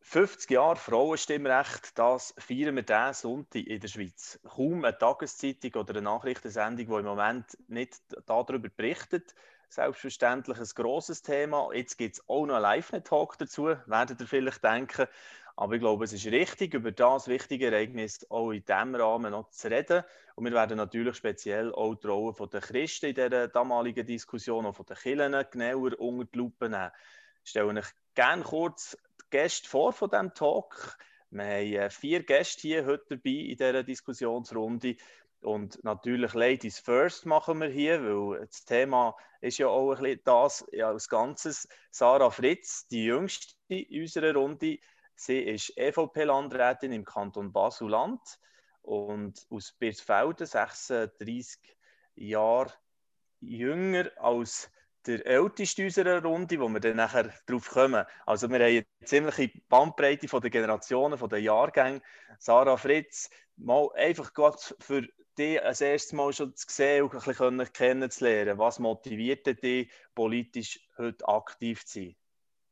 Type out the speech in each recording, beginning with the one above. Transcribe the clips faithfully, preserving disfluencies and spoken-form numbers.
fünfzig Jahre Frauenstimmrecht, das feiern wir diesen Sonntag in der Schweiz. Kaum eine Tageszeitung oder eine Nachrichtensendung, die im Moment nicht darüber berichtet. Selbstverständlich ein grosses Thema. Jetzt gibt es auch noch einen Live-Talk dazu, werdet ihr vielleicht denken. Aber ich glaube, es ist richtig, über das wichtige Ereignis auch in diesem Rahmen noch zu reden. Und wir werden natürlich speziell auch die Rolle der Christen in dieser damaligen Diskussion, auch von den Kirchen, genauer unter die Lupe nehmen. Ich stelle euch gerne kurz die Gäste vor von diesem Talk. Wir haben vier Gäste hier heute dabei in dieser Diskussionsrunde. Und natürlich Ladies First machen wir hier, weil das Thema ist ja auch ein bisschen das ja, als Ganzes. Sarah Fritz, die jüngste in unserer Runde. Sie ist E V P-Landrätin im Kanton Basel-Land und aus Birsfelden, sechsunddreißig Jahre jünger als der älteste unserer Runde, wo wir dann nachher drauf kommen. Also wir haben eine ziemliche Bandbreite von den Generationen, von den Jahrgängen. Sarah Fritz, mal einfach für dich als erstes Mal schon zu sehen und ein bisschen kennenzulernen. Was motiviert dich, politisch heute aktiv zu sein?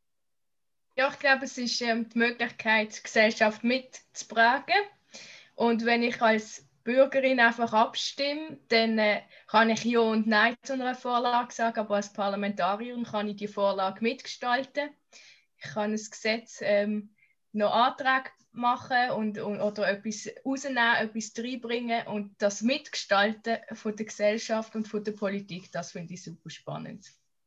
Ja, ich glaube, es ist ähm, die Möglichkeit, die Gesellschaft mitzuprägen. Und wenn ich als Bürgerin einfach abstimme, dann äh, kann ich Ja und Nein zu einer Vorlage sagen, aber als Parlamentarierin kann ich die Vorlage mitgestalten. Ich kann ein Gesetz ähm, noch Anträge machen und, und, oder etwas rausnehmen, etwas reinbringen und das Mitgestalten von der Gesellschaft und von der Politik, das finde ich super spannend.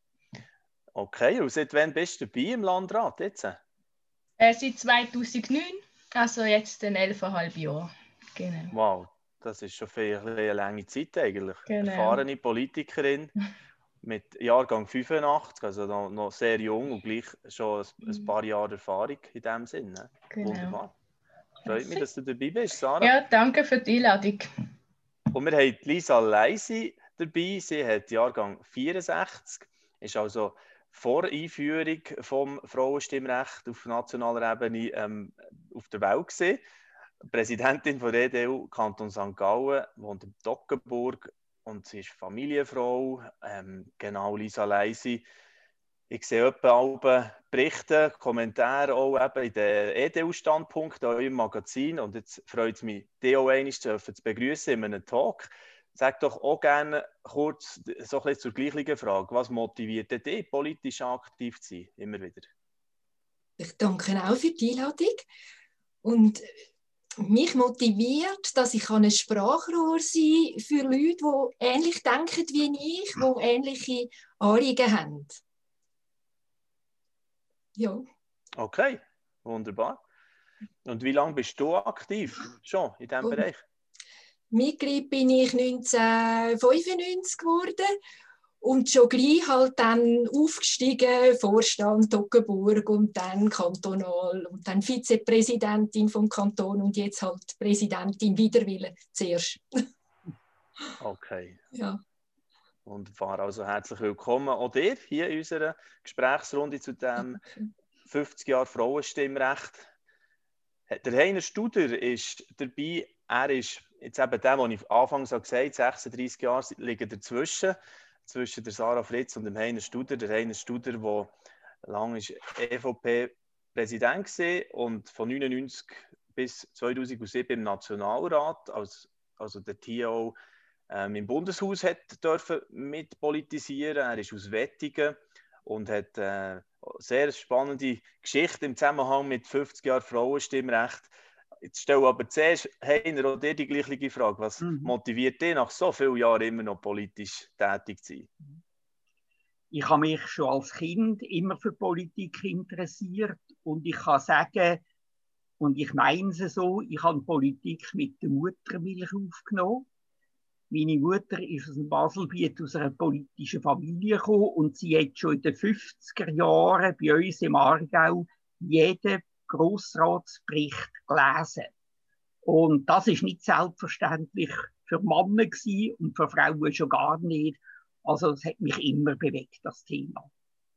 Okay, und seit wann bist du dabei im Landrat jetzt? Äh, seit zweitausendneun, also jetzt in elfeinhalb Jahren. Genau. Wow, das ist schon viel, eine lange Zeit eigentlich. Genau. Erfahrene Politikerin mit Jahrgang fünfundachtzig, also noch, noch sehr jung und gleich schon ein, ein paar Jahre Erfahrung in diesem Sinne. Genau. Wunderbar. Freut mich, dass du dabei bist, Sarah. Ja, danke für die Einladung. Und wir haben Lisa Leisi dabei. Sie hat Jahrgang vierundsechzig, ist also vor Einführung vom Frauenstimmrecht auf nationaler Ebene ähm, auf der Welt gewesen. Präsidentin von der E D U Kanton Sankt Gallen, wohnt in Toggenburg und sie ist Familienfrau. Ähm, genau, Lisa Leisi. Ich sehe etwa Berichte, Kommentare auch eben in den E D U-Standpunkten in eurem Magazin. Und jetzt freut es mich, dich auch einmal zu begrüßen in einem Talk. Sag doch auch gerne kurz so ein bisschen zur gleichen Frage. Was motiviert dich, politisch aktiv zu sein? Immer wieder. Ich danke auch für die Einladung. Und mich motiviert, dass ich ein Sprachrohr sein kann für Leute, die ähnlich denken wie ich, die ähnliche Anliegen haben. Ja. Okay, wunderbar. Und wie lange bist du aktiv schon in diesem oh. Bereich? Mitglied bin ich neunzehnhundertfünfundneunzig geworden und schon gleich halt dann aufgestiegen, Vorstand Toggenburg und dann kantonal und dann Vizepräsidentin vom Kanton und jetzt halt Präsidentin Widerwillen zuerst. Okay. Ja. Wunderbar, also herzlich willkommen auch dir hier in unserer Gesprächsrunde zu dem fünfzig Jahre Frauenstimmrecht. Der Heiner Studer ist dabei, er ist jetzt eben dem, was ich anfangs gesagt habe, sechsunddreißig Jahre liegen dazwischen, zwischen der Sarah Fritz und dem Heiner Studer. Der Heiner Studer, der lange E V P-Präsident war und von neunzehnhundertneunundneunzig bis zweitausendsieben im Nationalrat, als, also der T O ähm, im Bundeshaus hat dürfen mitpolitisieren. Er ist aus Wettingen und hat äh, eine sehr spannende Geschichte im Zusammenhang mit fünfzig Jahren Frauenstimmrecht. Jetzt stelle aber zuerst, Heiner, auch dir die gleiche Frage. Was mhm. motiviert dich, nach so vielen Jahren immer noch politisch tätig zu sein? Ich habe mich schon als Kind immer für Politik interessiert und ich kann sagen, und ich meine es so, ich habe Politik mit der Muttermilch aufgenommen. Meine Mutter ist aus dem Baselbiet aus einer politischen Familie gekommen und sie hat schon in den fünfziger Jahren bei uns im Aargau jeden Grossratsbericht gelesen. Und das ist nicht selbstverständlich für Männer gewesen und für Frauen schon gar nicht. Also es hat mich immer bewegt, das Thema.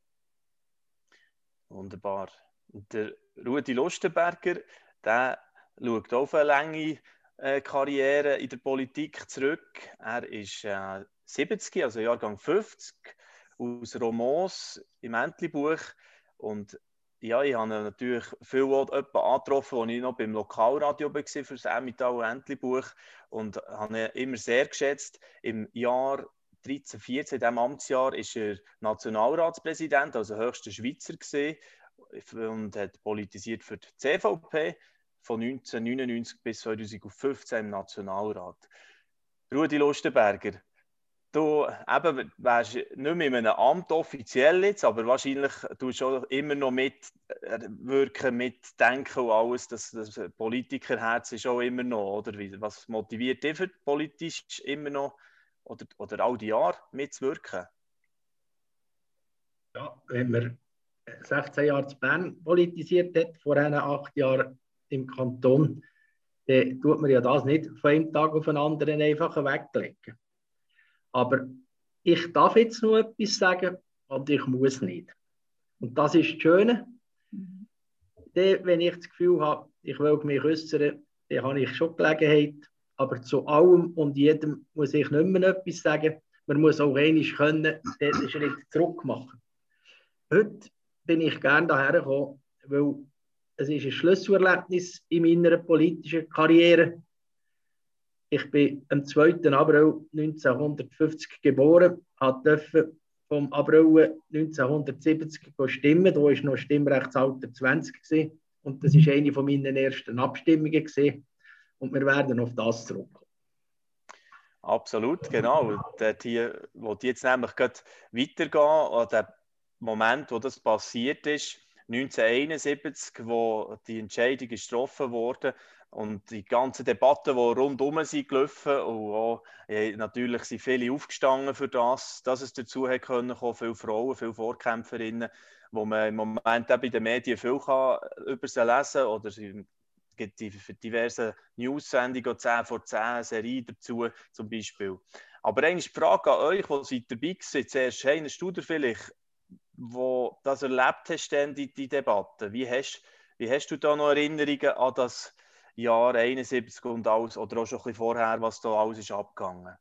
Wunderbar. Und der Rudi Lustenberger, der schaut auf eine lange äh, Karriere in der Politik zurück. Er ist äh, siebzig, also Jahrgang fünfzig, aus Romans im Entlebuch und ja, ich habe natürlich viele Leute angetroffen, als ich noch beim Lokalradio war für das Emmental und Entlebuch und habe ihn immer sehr geschätzt. Im Jahr dreizehn vierzehn, in diesem Amtsjahr, war er Nationalratspräsident, also höchster Schweizer gewesen, und hat politisiert für die C V P von neunzehnhundertneunundneunzig bis zweitausendfünfzehn im Nationalrat. Rudi Lustenberger, du eben, wärst nicht mehr in einem Amt offiziell jetzt, aber wahrscheinlich tust du immer noch mitwirken, mitdenken und alles. Das, das Politikerherz ist auch immer noch, oder? Was motiviert dich für politisch immer noch oder, oder all die Jahre mitzuwirken? Ja, wenn man sechzehn Jahre in Bern politisiert hat, vor acht Jahren im Kanton, dann tut man ja das nicht von einem Tag auf den anderen einfach weglegen. Aber ich darf jetzt noch etwas sagen und ich muss nicht. Und das ist das Schöne. Mhm. Dann, wenn ich das Gefühl habe, ich will mich äußern, dann habe ich schon Gelegenheit. Aber zu allem und jedem muss ich nicht mehr etwas sagen. Man muss auch einmal können, den Schritt zurück machen. Heute bin ich gerne hierher gekommen, weil es ist ein Schlüsselerlebnis in meiner politischen Karriere. Ich bin am zweiten April neunzehnhundertfünfzig geboren, durfte vom April neunzehnhundertsiebzig stimmen. Da war noch Stimmrechtsalter zwanzig gewesen. Und das war eine meiner ersten Abstimmungen gewesen. Und wir werden auf das zurückkommen. Absolut, genau. Dort hier, wo die jetzt nämlich gerade weitergehen, an dem Moment, wo das passiert ist, neunzehnhunderteinundsiebzig, wo die Entscheidung getroffen wurde und die ganzen Debatten, die rundherum sind gelaufen und auch, ja, natürlich sind viele aufgestanden für das, dass es dazu hat können kommen, viele Frauen, viele Vorkämpferinnen, wo man im Moment auch bei den Medien viel kann über sie lesen oder es gibt die für diverse News-Sendungen, zehn vor zehn Serie dazu zum Beispiel. Aber eigentlich die Frage an euch, die seid dabei seid, zuerst, hey, hast du dir vielleicht, wo das erlebt hast, denn die, die Debatte, wie hast, wie hast du da noch Erinnerungen an das Jahr einundsiebzig und alles, oder auch schon ein bisschen vorher, was da alles ist abgegangen?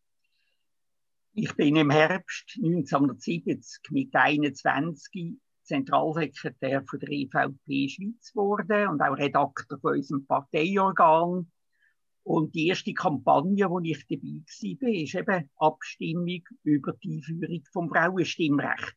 Ich bin im Herbst neunzehnhundertsiebzig mit einundzwanzig Zentralsekretär für die E V P Schweiz geworden und auch Redakteur von unserem Parteiorgan. Und die erste Kampagne, wo ich dabei war, ist eben Abstimmung über die Einführung vom Frauenstimmrecht.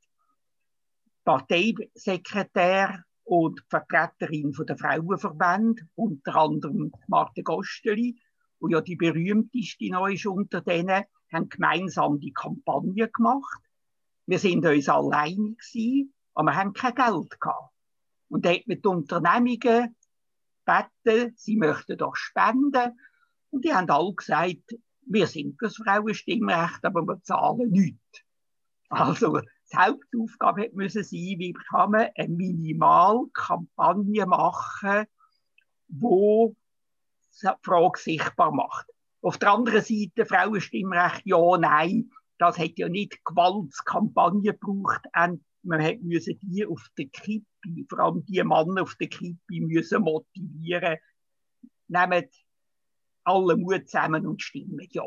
Parteisekretär und Vertreterin von der Frauenverbände, unter anderem Marthe Gosteli, die ja die berühmteste noch ist unter denen, haben gemeinsam die Kampagne gemacht. Wir sind uns alleine gewesen, aber wir haben kein Geld gehabt. Und da hat mit die Unternehmungen gebeten, sie möchten doch spenden. Und die haben alle gesagt, wir sind für das Frauenstimmrecht, aber wir zahlen nichts. Also, die Hauptaufgabe musste sein, wie kann man eine Minimalkampagne machen, die die Frage sichtbar macht. Auf der anderen Seite, Frauenstimmrecht, ja, nein, das hat ja nicht Gewaltskampagne gebraucht. Und man musste die auf der Kippe, vor allem die Männer auf der Kippe, müssen motivieren. Nehmt alle Mut zusammen und stimmen ja.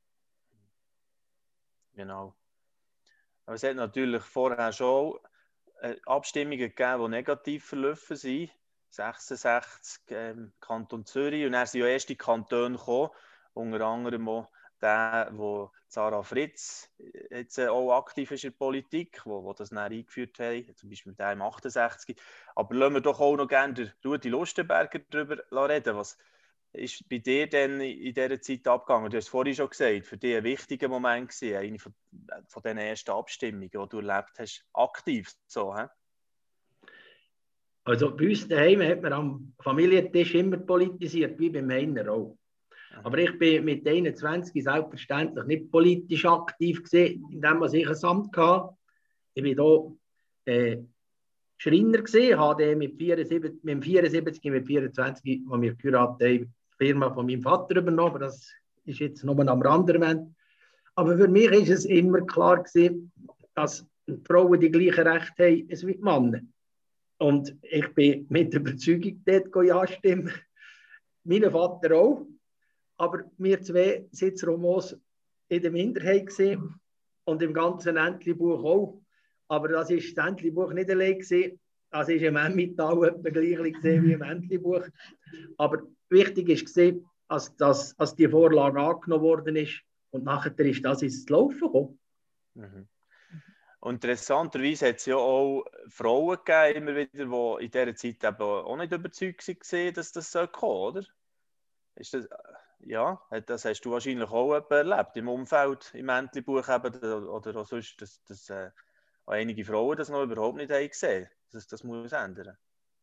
Genau. Aber es hat natürlich vorher schon Abstimmungen gegeben, die negativ verlaufen sind. sechsundsechzig im Kanton Zürich. Und dann sind ja erste Kantone gekommen, unter anderem auch der, wo Sarah Fritz jetzt auch aktiv ist in der Politik, wo, wo das dann eingeführt haben, zum Beispiel mit dem achtundsechzig. Aber lassen wir doch auch noch gerne den Rudi Lustenberger darüber reden. Was ist bei dir denn in dieser Zeit abgegangen? Du hast es vorhin schon gesagt, für dich ein wichtiger Moment gewesen, eine von, von den ersten Abstimmungen, die du erlebt hast, aktiv so, he? Also bei uns daheim hat man am Familientisch immer politisiert, wie beim Heiner auch. Aber ich bin mit einundzwanzig selbstverständlich nicht politisch aktiv gewesen, indem ich ein Amt hatte. Ich war hier äh, Schreiner gewesen, habe mit vierundsiebzig, mit vierundsiebzig, mit vierundzwanzig, als wir geheiratet haben, die Firma von meinem Vater übernommen. Aber das ist jetzt nur am Rand erwähnt. Aber für mich war es immer klar gewesen, dass die Frauen die gleichen Rechte haben wie die Männer. Und ich bin mit Überzeugung dort ja stimmen. Mein Vater auch. Aber wir zwei sind Romos in der Minderheit gewesen und im ganzen Entlebuch auch. Aber das war das Entlebuch nicht allein gewesen. also ist im Emmental etwa gleich gesehen wie im Entlebuch. Aber wichtig ist gesehen, als, dass, als die Vorlage angenommen worden ist und nachher ist das ins Laufen gekommen. Mhm. Und interessanterweise hat es ja auch Frauen gegeben, immer wieder, die in dieser Zeit eben auch nicht überzeugt waren, dass das kommen soll, oder? Ist das, ja, das hast du wahrscheinlich auch erlebt, im Umfeld, im Entlebuch eben, oder auch sonst, dass, dass äh, einige Frauen das noch überhaupt nicht haben gesehen, dass das muss ändern.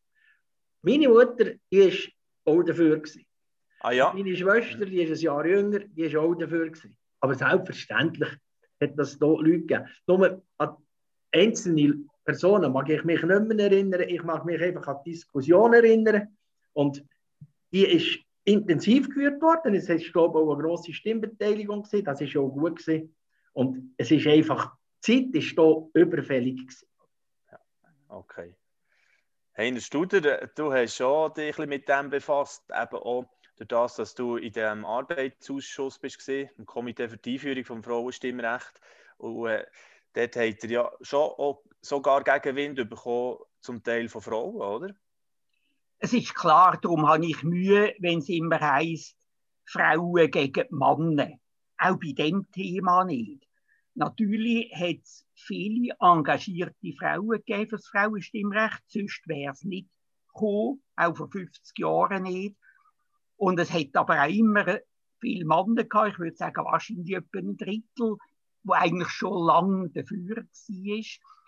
Meine Mutter war auch dafür. Ah, ja. Meine Schwester, die ist ein Jahr jünger, die war auch dafür. Aber selbstverständlich hat das hier Leute gegeben. Nur an einzelne Personen mag ich mich nicht mehr erinnern. Ich mag mich einfach an die Diskussion erinnern. Und die ist intensiv geführt worden. Es ist, glaube ich, auch eine grosse Stimmbeteiligung gewesen. Das ist auch gut gewesen. Und es ist einfach, die Zeit ist hier überfällig gewesen. Ja, okay. Heiner Studer, du hast schon dich mit dem befasst, eben auch durch das, dass du in dem Arbeitsausschuss bist, im Komitee für die Einführung vom Frauenstimmrecht. Und äh, dort habt ihr ja schon auch sogar Gegenwind bekommen, zum Teil von Frauen, oder? Es ist klar, darum habe ich Mühe, wenn es immer heisst, Frauen gegen Männer. Auch bei dem Thema nicht. Natürlich hat es viele engagierte Frauen gegeben für das Frauenstimmrecht, sonst wäre es nicht gekommen, auch vor fünfzig Jahren nicht. Und es hat aber auch immer viele Männer gehabt, ich würde sagen wahrscheinlich etwa ein Drittel, wo eigentlich schon lange dafür war.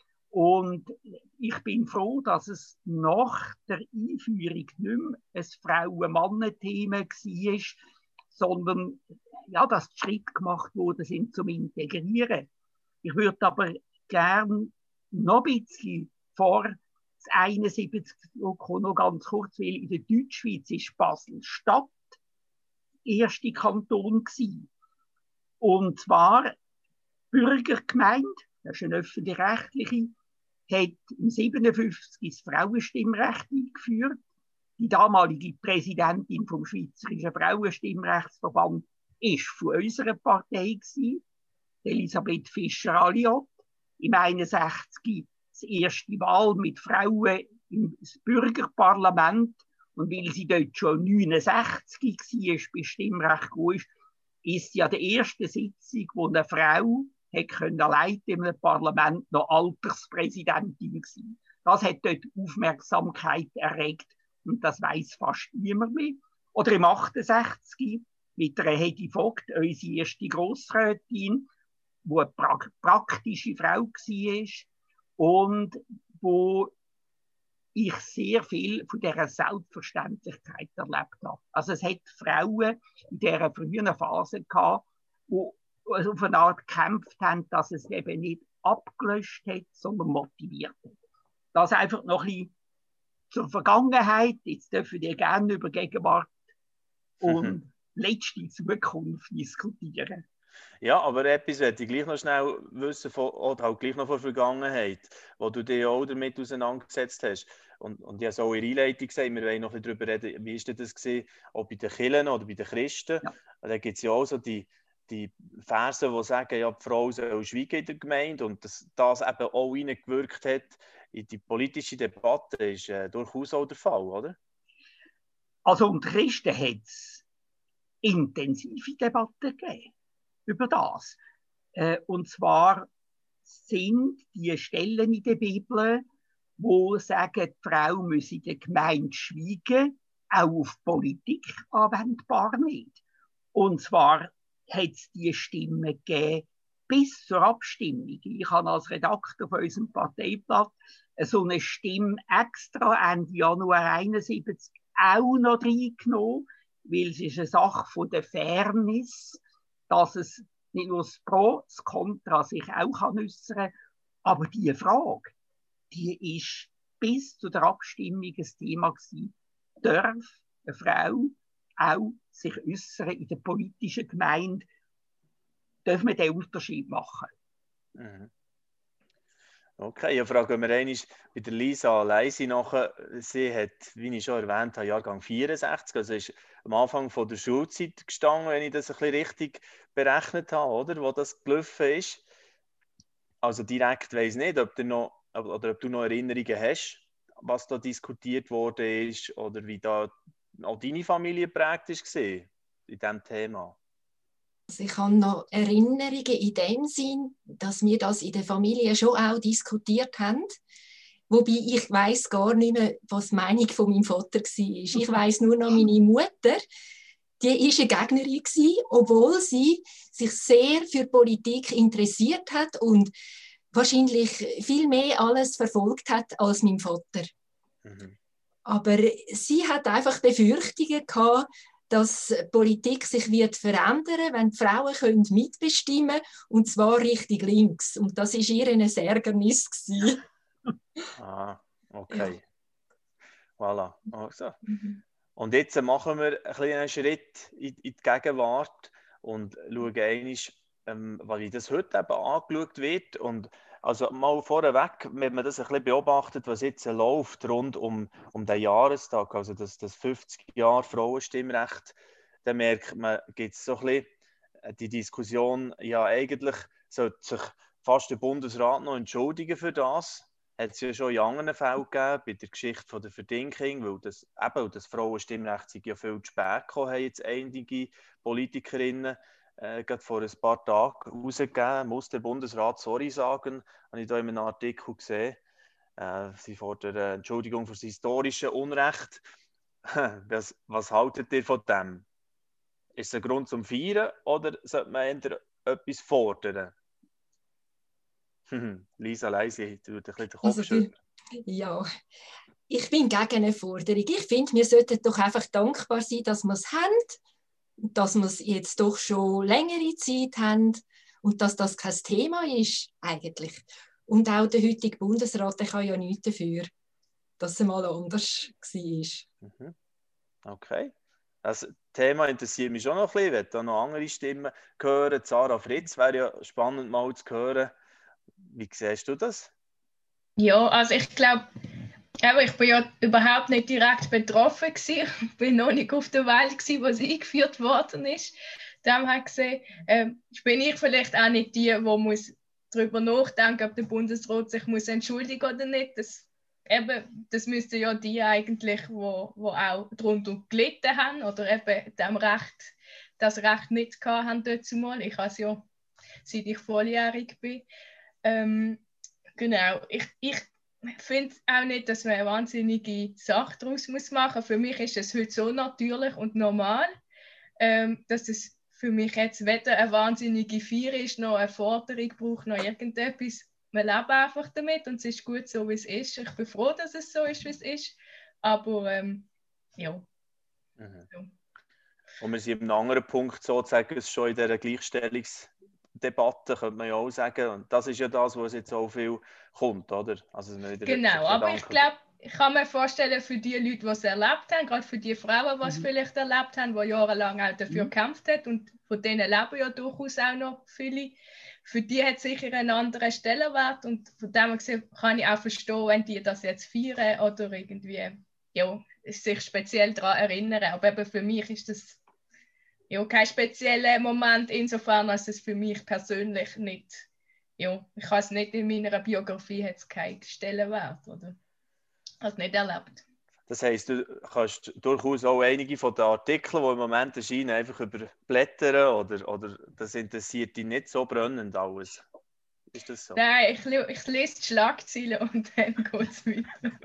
Und ich bin froh, dass es nach der Einführung nicht mehr ein Frauen-Mann-Thema war, sondern ja, dass die Schritte gemacht wurden sind zum Integrieren. Ich würde aber gerne noch ein bisschen vor das einundsiebzig noch ganz kurz, weil in der Deutschschweiz ist Basel-Stadt der erste Kanton gewesen. Und zwar Bürgergemeinde, das ist eine öffentlich-rechtliche, hat im siebenundfünfzig das Frauenstimmrecht eingeführt. Die damalige Präsidentin vom Schweizerischen Frauenstimmrechtsverband war von unserer Partei gewesen, Elisabeth Fischer-Aliot. Im einundsechzig die erste Wahl mit Frauen im Bürgerparlament. Und weil sie dort schon neunundsechzig war, bei Stimmrecht gekommen ist, ist sie an der ersten Sitzung, wo eine Frau können leiten in einem Parlament noch Alterspräsidentin gewesen. Das hat dort Aufmerksamkeit erregt und das weiss fast niemand mehr. Oder im achtundsechzig mit der Hedi Vogt, unsere erste Grossrätin, die eine pra praktische Frau war und wo ich sehr viel von dieser Selbstverständlichkeit erlebt habe. Also es hat Frauen in dieser frühen Phase gehabt, die also auf eine Art gekämpft haben, dass es eben nicht abgelöscht hat, sondern motiviert hat. Das einfach noch ein bisschen zur Vergangenheit. Jetzt dürfen wir gerne über Gegenwart und mhm. letzte Zukunft diskutieren. Ja, aber etwas möchte ich gleich noch schnell wissen, von, oder halt gleich noch von der Vergangenheit, wo du dich auch damit auseinandergesetzt hast. Und, und ich habe es auch in der Einleitung gesagt, wir wollen noch ein bisschen darüber reden, wie ist das gewesen, auch bei den Kirchen oder bei den Christen. Ja. Da gibt es ja auch so die die Verse, die sagen, ja, die Frau soll schweigen in der Gemeinde und dass das eben auch hineingewirkt hat in die politische Debatte, ist äh, durchaus auch der Fall, oder? Also unter Christen hat es intensive Debatten gegeben über das. Äh, und zwar sind die Stellen in der Bibel, wo sagen, die Frau müsse in der Gemeinde schweigen, auch auf Politik anwendbar nicht. Und zwar hat es die Stimme gegeben bis zur Abstimmung. Ich habe als Redakteur von unserem Parteiblatt so eine Stimme extra Ende Januar einundsiebzig auch noch reingenommen, weil es ist eine Sache von der Fairness, dass es nicht nur das Pro, das Contra sich auch kann äußern, aber die Frage, die ist bis zu der Abstimmung ein Thema gewesen. Darf eine Frau auch sich äußern in der politischen Gemeinde, dürfen wir den Unterschied machen. Mhm. Okay, ja, fragen wir einmal bei der Lisa Leisi nachher. Sie hat, wie ich schon erwähnt habe, Jahrgang vierundsechzig, also ist am Anfang von der Schulzeit gestanden, wenn ich das ein bisschen richtig berechnet habe, oder, wo das gelaufen ist. Also direkt weiss ich nicht, ob du noch, oder ob du noch Erinnerungen hast. was da diskutiert wurde ist oder wie da auch deine Familie geprägt war in diesem Thema? Also ich habe noch Erinnerungen in dem Sinn, dass wir das in der Familie schon auch diskutiert haben. Wobei ich weiss gar nicht mehr, was die Meinung von meinem Vater war. Ich weiss nur noch, meine Mutter, die war eine Gegnerin gewesen, obwohl sie sich sehr für Politik interessiert hat und wahrscheinlich viel mehr alles verfolgt hat als mein Vater. Mhm. Aber sie hat einfach Befürchtungen gehabt, dass Politik sich wird verändern, wenn die Frauen können mitbestimmen können, und zwar richtig links. Und das war ihr ein Ärgernis. Ah, okay. Ja. Voilà. Also. Mhm. Und jetzt machen wir einen kleinen Schritt in, in die Gegenwart und schauen einmal, ähm, wie das heute eben angeschaut wird. Und also mal vorweg, wenn man das ein bisschen beobachtet, was jetzt läuft rund um, um den Jahrestag, also das, das fünfzig Jahre Frauenstimmrecht, dann merkt man, gibt es so ein bisschen die Diskussion, ja eigentlich sollte sich fast der Bundesrat noch entschuldigen für das. Hat es ja schon in anderen Fällen gegeben, bei der Geschichte von der Verdinking, weil das, eben, das Frauenstimmrecht ja viel zu spät gekommen, haben jetzt einige Politikerinnen äh, gerade vor ein paar Tagen rausgegeben, muss der Bundesrat sorry sagen, habe ich da in einem Artikel gesehen. Äh, sie fordern äh, Entschuldigung für das historische Unrecht. was, was haltet ihr von dem? Ist es ein Grund zum Feiern oder sollte man eher etwas fordern? Lisa, leise, du würdest ein bisschen den Kopf also, schütteln. Ja, ich bin gegen eine Forderung. Ich finde, wir sollten doch einfach dankbar sein, dass wir es haben, dass wir es jetzt doch schon längere Zeit haben und dass das kein Thema ist, eigentlich. Und auch der heutige Bundesrat, der kann ja nichts dafür, dass es mal anders war. Okay. Das Thema interessiert mich schon noch ein bisschen. Ich möchte da noch andere Stimmen hören. Sarah Fritz wäre ja spannend mal zu hören. Wie siehst du das? Ja, also ich glaube, ich war ja überhaupt nicht direkt betroffen gewesen. Ich war noch nicht auf der Welt gewesen, wo es eingeführt worden ist. Dem hat gesehen, äh, bin ich vielleicht auch nicht die, die muss darüber nachdenken, ob der Bundesrat sich muss entschuldigen oder nicht. Das, eben, das müssten ja die eigentlich, wo, wo auch darunter gelitten haben oder eben dem Recht, das Recht nicht gehabt haben dazu mal. Ich habe es ja, seit ich volljährig bin. Ähm, genau, ich, ich finde auch nicht, dass man eine wahnsinnige Sache daraus machen muss. Für mich ist es heute so natürlich und normal, ähm, dass es für mich jetzt weder eine wahnsinnige Feier ist, noch eine Forderung braucht, noch irgendetwas. Wir leben einfach damit und es ist gut so, wie es ist. Ich bin froh, dass es so ist, wie es ist. Aber ähm, ja. Mhm. So. Und wir sind an einem anderen Punkt sozusagen schon in dieser Gleichstellungsdebatte, könnte man ja auch sagen. Und das ist ja das, was jetzt auch viel kommt, oder? Also genau, aber ich glaube, ich kann mir vorstellen, für die Leute, die es erlebt haben, gerade für die Frauen, die es mhm. vielleicht erlebt haben, die jahrelang auch dafür mhm. gekämpft haben, und von denen leben ja durchaus auch noch viele, für die hat es sicher einen anderen Stellenwert, und von dem her kann ich auch verstehen, wenn die das jetzt feiern oder irgendwie ja, sich speziell daran erinnern. Aber eben für mich ist das ja kein spezieller Moment, insofern als es für mich persönlich nicht, ja, ich habe es nicht in meiner Biografie, hat es keinen Stellenwert, oder? Also nicht erlebt. Das heisst, du kannst durchaus auch einige von den Artikeln, die im Moment erscheinen, einfach überblättern, oder, oder das interessiert dich nicht so brennend alles? Ist das so? Nein, ich, ich lese die Schlagzeilen und dann geht es weiter.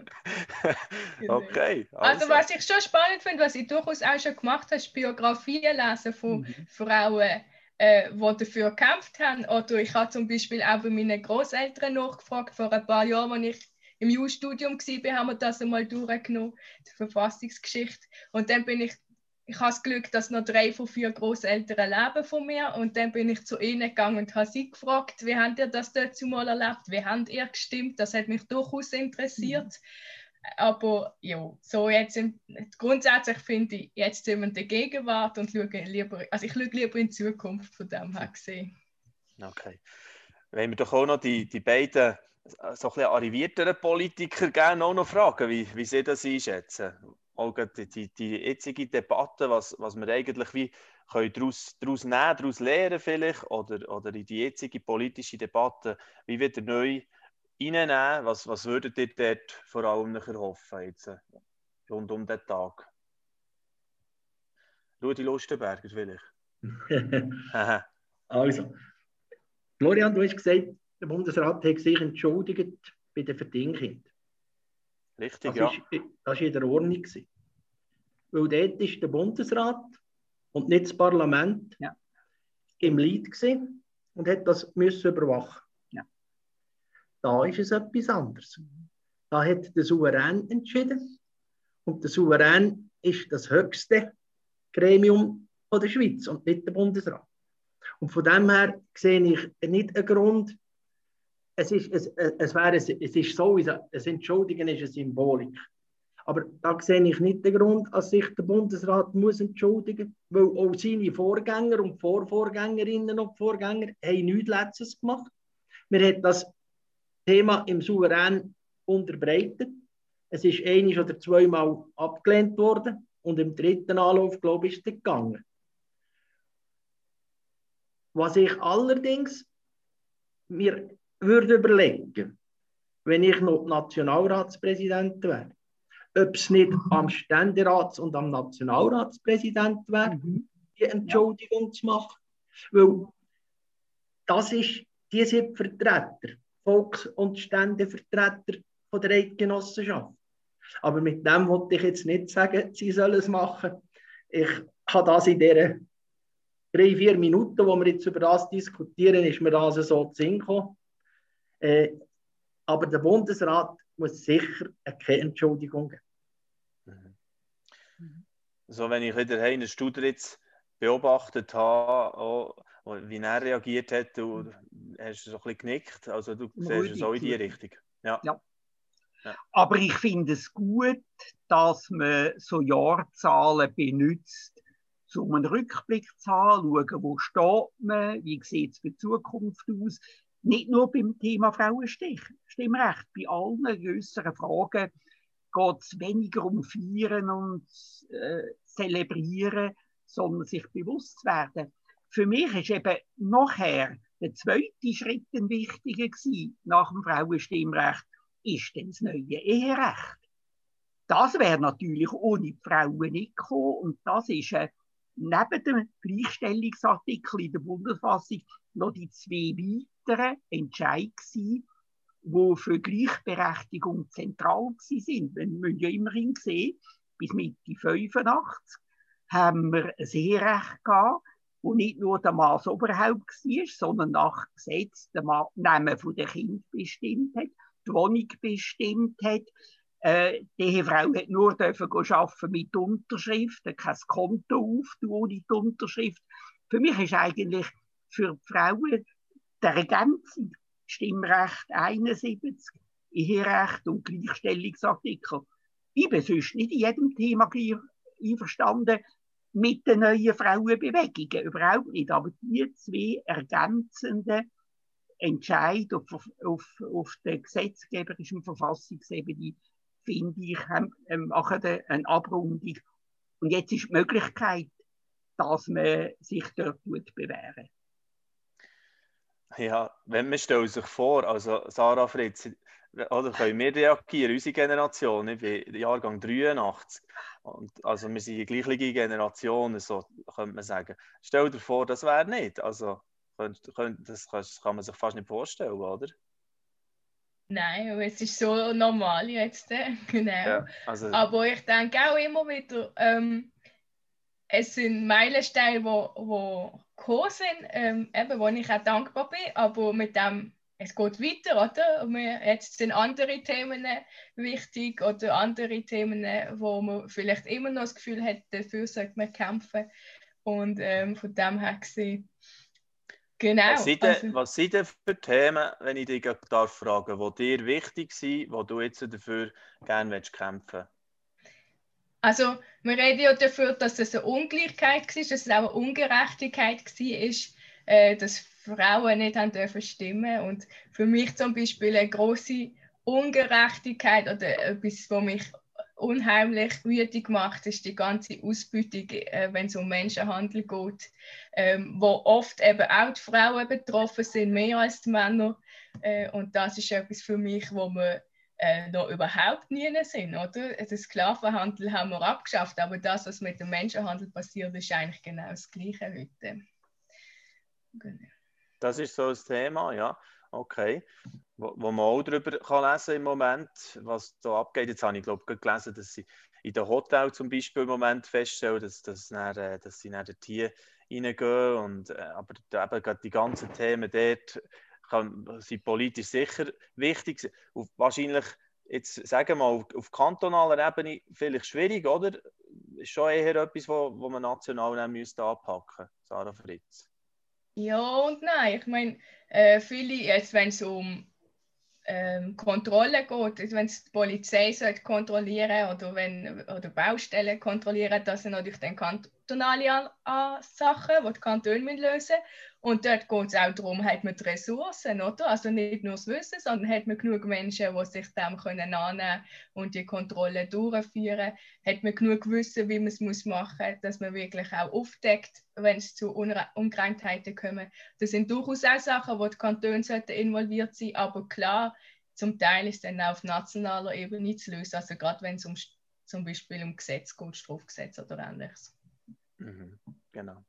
Okay. Also. also was ich schon spannend finde, was ich durchaus auch schon gemacht habe, ist Biografien lesen von mhm. Frauen, äh, die dafür gekämpft haben. Oder ich habe zum Beispiel auch bei meinen Großeltern nachgefragt, vor ein paar Jahren, als ich im Jurastudium war, haben wir das einmal durchgenommen, die Verfassungsgeschichte. Und dann bin ich, ich habe das Glück, dass noch drei von vier Großeltern leben von mir. Und dann bin ich zu ihnen gegangen und habe sie gefragt, wie habt ihr das dazu mal erlebt? Wie habt ihr gestimmt? Das hat mich durchaus interessiert. Mhm. Aber ja, so jetzt im, grundsätzlich finde ich, jetzt sind wir in der Gegenwart und schaue lieber, also ich schaue lieber in die Zukunft von dem her gesehen. Okay. Wenn wir doch auch noch die, die beiden so ein bisschen arrivierteren Politiker gerne auch noch fragen, wie, wie sie das einschätzen. Auch die, die, die jetzige Debatte, was, was wir eigentlich wie können daraus, daraus nehmen, daraus lernen vielleicht, oder, oder in die jetzige politische Debatte, wie wieder neu reinnehmen, was, was würdet ihr dort vor allem erhoffen, jetzt, äh, rund um den Tag? Rudi Lustenberger vielleicht. Also, Florian, du hast gesagt, der Bundesrat hat sich entschuldigt bei den Verdingkindern. Richtig, das ja. Ist, das war in der Ordnung. Weil dort ist der Bundesrat und nicht das Parlament ja. im Lead gewesen und hat das müssen überwachen. Ja. Da ist es etwas anderes. Da hat der Souverän entschieden und der Souverän ist das höchste Gremium von der Schweiz und nicht der Bundesrat. Und von dem her sehe ich nicht einen Grund. Es ist, es, es wäre, es ist sowieso, ein Entschuldigen ist eine Symbolik. Aber da sehe ich nicht den Grund, dass sich der Bundesrat muss entschuldigen muss, weil auch seine Vorgänger und Vorvorgängerinnen und Vorgänger haben nichts Letztes gemacht. Wir haben das Thema im Souverän unterbreitet. Es ist ein- oder zweimal abgelehnt worden und im dritten Anlauf, glaube ich, ist es gegangen. Was ich allerdings mir würde überlegen, wenn ich noch Nationalratspräsident wäre, ob es nicht am Ständerats- und am Nationalratspräsident wäre, Mhm. die Entschuldigung ja. zu machen. Weil das ist, die sind Vertreter, Volks- und Ständevertreter von der Eidgenossenschaft. Aber mit dem wollte ich jetzt nicht sagen, sie sollen es machen. Ich habe das in diesen drei, vier Minuten, wo wir jetzt über das diskutieren, ist mir das so zu Sinn gekommen. Äh, aber der Bundesrat muss sicher keine Entschuldigung geben. So, wenn ich wieder Heiner Studer jetzt beobachtet habe, auch, wie er reagiert hat, du hast so ein bisschen genickt, also du siehst es auch in die Richtung. Ja. Ja. Ja. Aber ich finde es gut, dass man so Jahrzahlen benutzt, um einen Rückblick zu haben, schauen, wo steht man, wie sieht es für die Zukunft aus. Nicht nur beim Thema Frauenstimmrecht. Bei allen grösseren Fragen geht es weniger um Feiern und äh, Zelebrieren, sondern sich bewusst zu werden. Für mich ist eben nachher der zweite Schritt ein wichtiger gewesen, nach dem Frauenstimmrecht, ist dann das neue Eherecht. Das wäre natürlich ohne die Frauen nicht gekommen und das ist äh, neben dem Gleichstellungsartikel in der Bundesfassung noch die zwei weiteren Entscheidungen gewesen, die für Gleichberechtigung zentral sind. Wir müssen ja immerhin sehen, bis Mitte fünfundachtzig haben wir ein Eherecht gehabt, wo nicht nur der Mann das Oberhaupt war, sondern nach Gesetz der Mann Namen der Kinder bestimmt hat, die Wohnung bestimmt hat. Äh, die Ehefrau hat nur dürfen arbeiten mit Unterschrift, kein Konto auftun ohne die Unterschrift. Für mich ist eigentlich für die Frauen der Ergänzung Stimmrecht einundsiebzig, Eherecht und Gleichstellungsartikel. Ich bin sonst nicht in jedem Thema einverstanden mit den neuen Frauenbewegungen, überhaupt nicht. Aber die zwei ergänzenden Entscheid auf, auf, auf der gesetzgeberischen Verfassungsebene, finde ich, äh, machen eine Abrundung. Und jetzt ist die Möglichkeit, dass man sich dort bewähren. Ja, wenn man stellt sich vor, also Sarah Fritz, oder können wir reagieren, unsere Generation, ich bin Jahrgang dreiundachtzig, und also wir sind die gleiche Generation, so könnte man sagen. Stell dir vor, das wäre nicht, also das kann man sich fast nicht vorstellen, oder? Nein, aber es ist so normal jetzt, genau. Ja, also, aber ich denke auch immer wieder, ähm, es sind Meilensteine, wo, wo gekommen sind, ähm, eben, wo ich auch dankbar bin, aber mit dem, es geht weiter, oder? Wir, jetzt sind andere Themen wichtig oder andere Themen, wo man vielleicht immer noch das Gefühl hat, dafür sollte man kämpfen. Und ähm, von dem her gesehen, genau. Was sind, also, denn, was sind denn für Themen, wenn ich dich darf fragen, die dir wichtig sind, wo du jetzt dafür gerne kämpfen willst? Also, wir reden ja dafür, dass es eine Ungleichheit war, dass es auch eine Ungerechtigkeit war, äh, dass Frauen nicht haben dürfen stimmen. Und für mich zum Beispiel eine grosse Ungerechtigkeit oder etwas, was mich unheimlich wütend macht, ist die ganze Ausbeutung, äh, wenn es um Menschenhandel geht, ähm, wo oft eben auch die Frauen betroffen sind, mehr als die Männer. Äh, und das ist etwas für mich, wo wir äh, noch überhaupt nie sind, oder? Den Sklavenhandel haben wir abgeschafft, aber das, was mit dem Menschenhandel passiert, ist eigentlich genau das Gleiche heute. Genau. Das ist so ein Thema, ja. Okay. Wo, wo man auch darüber kann lesen im Moment, was da abgeht. Jetzt habe ich, glaube ich, gelesen, dass sie in den Hotels zum Beispiel im Moment feststellen, dass, dass, dann, äh, dass sie dann hier reingehen. Und, äh, aber eben gerade die ganzen Themen dort kann, sind politisch sicher wichtig. Und wahrscheinlich, jetzt sagen wir mal, auf, auf kantonaler Ebene vielleicht schwierig, oder? Ist schon eher etwas, wo, wo man national dann müsste anpacken müsste, Sarah Fritz. Ja und nein. Ich meine, äh, viele, jetzt wenn es um ähm, Kontrolle geht, wenn es die Polizei sollte kontrollieren oder wenn oder Baustellen kontrollieren, das sind natürlich dann kantonale An Sachen, die die Kantone lösen müssen. Und dort geht es auch darum, hat man die Ressourcen, oder? Also nicht nur das Wissen, sondern hat man genug Menschen, die sich dem können annehmen und die Kontrolle durchführen. Hat man genug Wissen, wie man es muss machen muss, dass man wirklich auch aufdeckt, wenn es zu Ungereimtheiten kommt. Das sind durchaus auch Sachen, wo die Kantone sollten involviert sein, aber klar, zum Teil ist dann auch auf nationaler Ebene zu lösen, also gerade wenn es um, zum Beispiel um Gesetz geht, Strafgesetz oder ähnliches. Mhm, genau.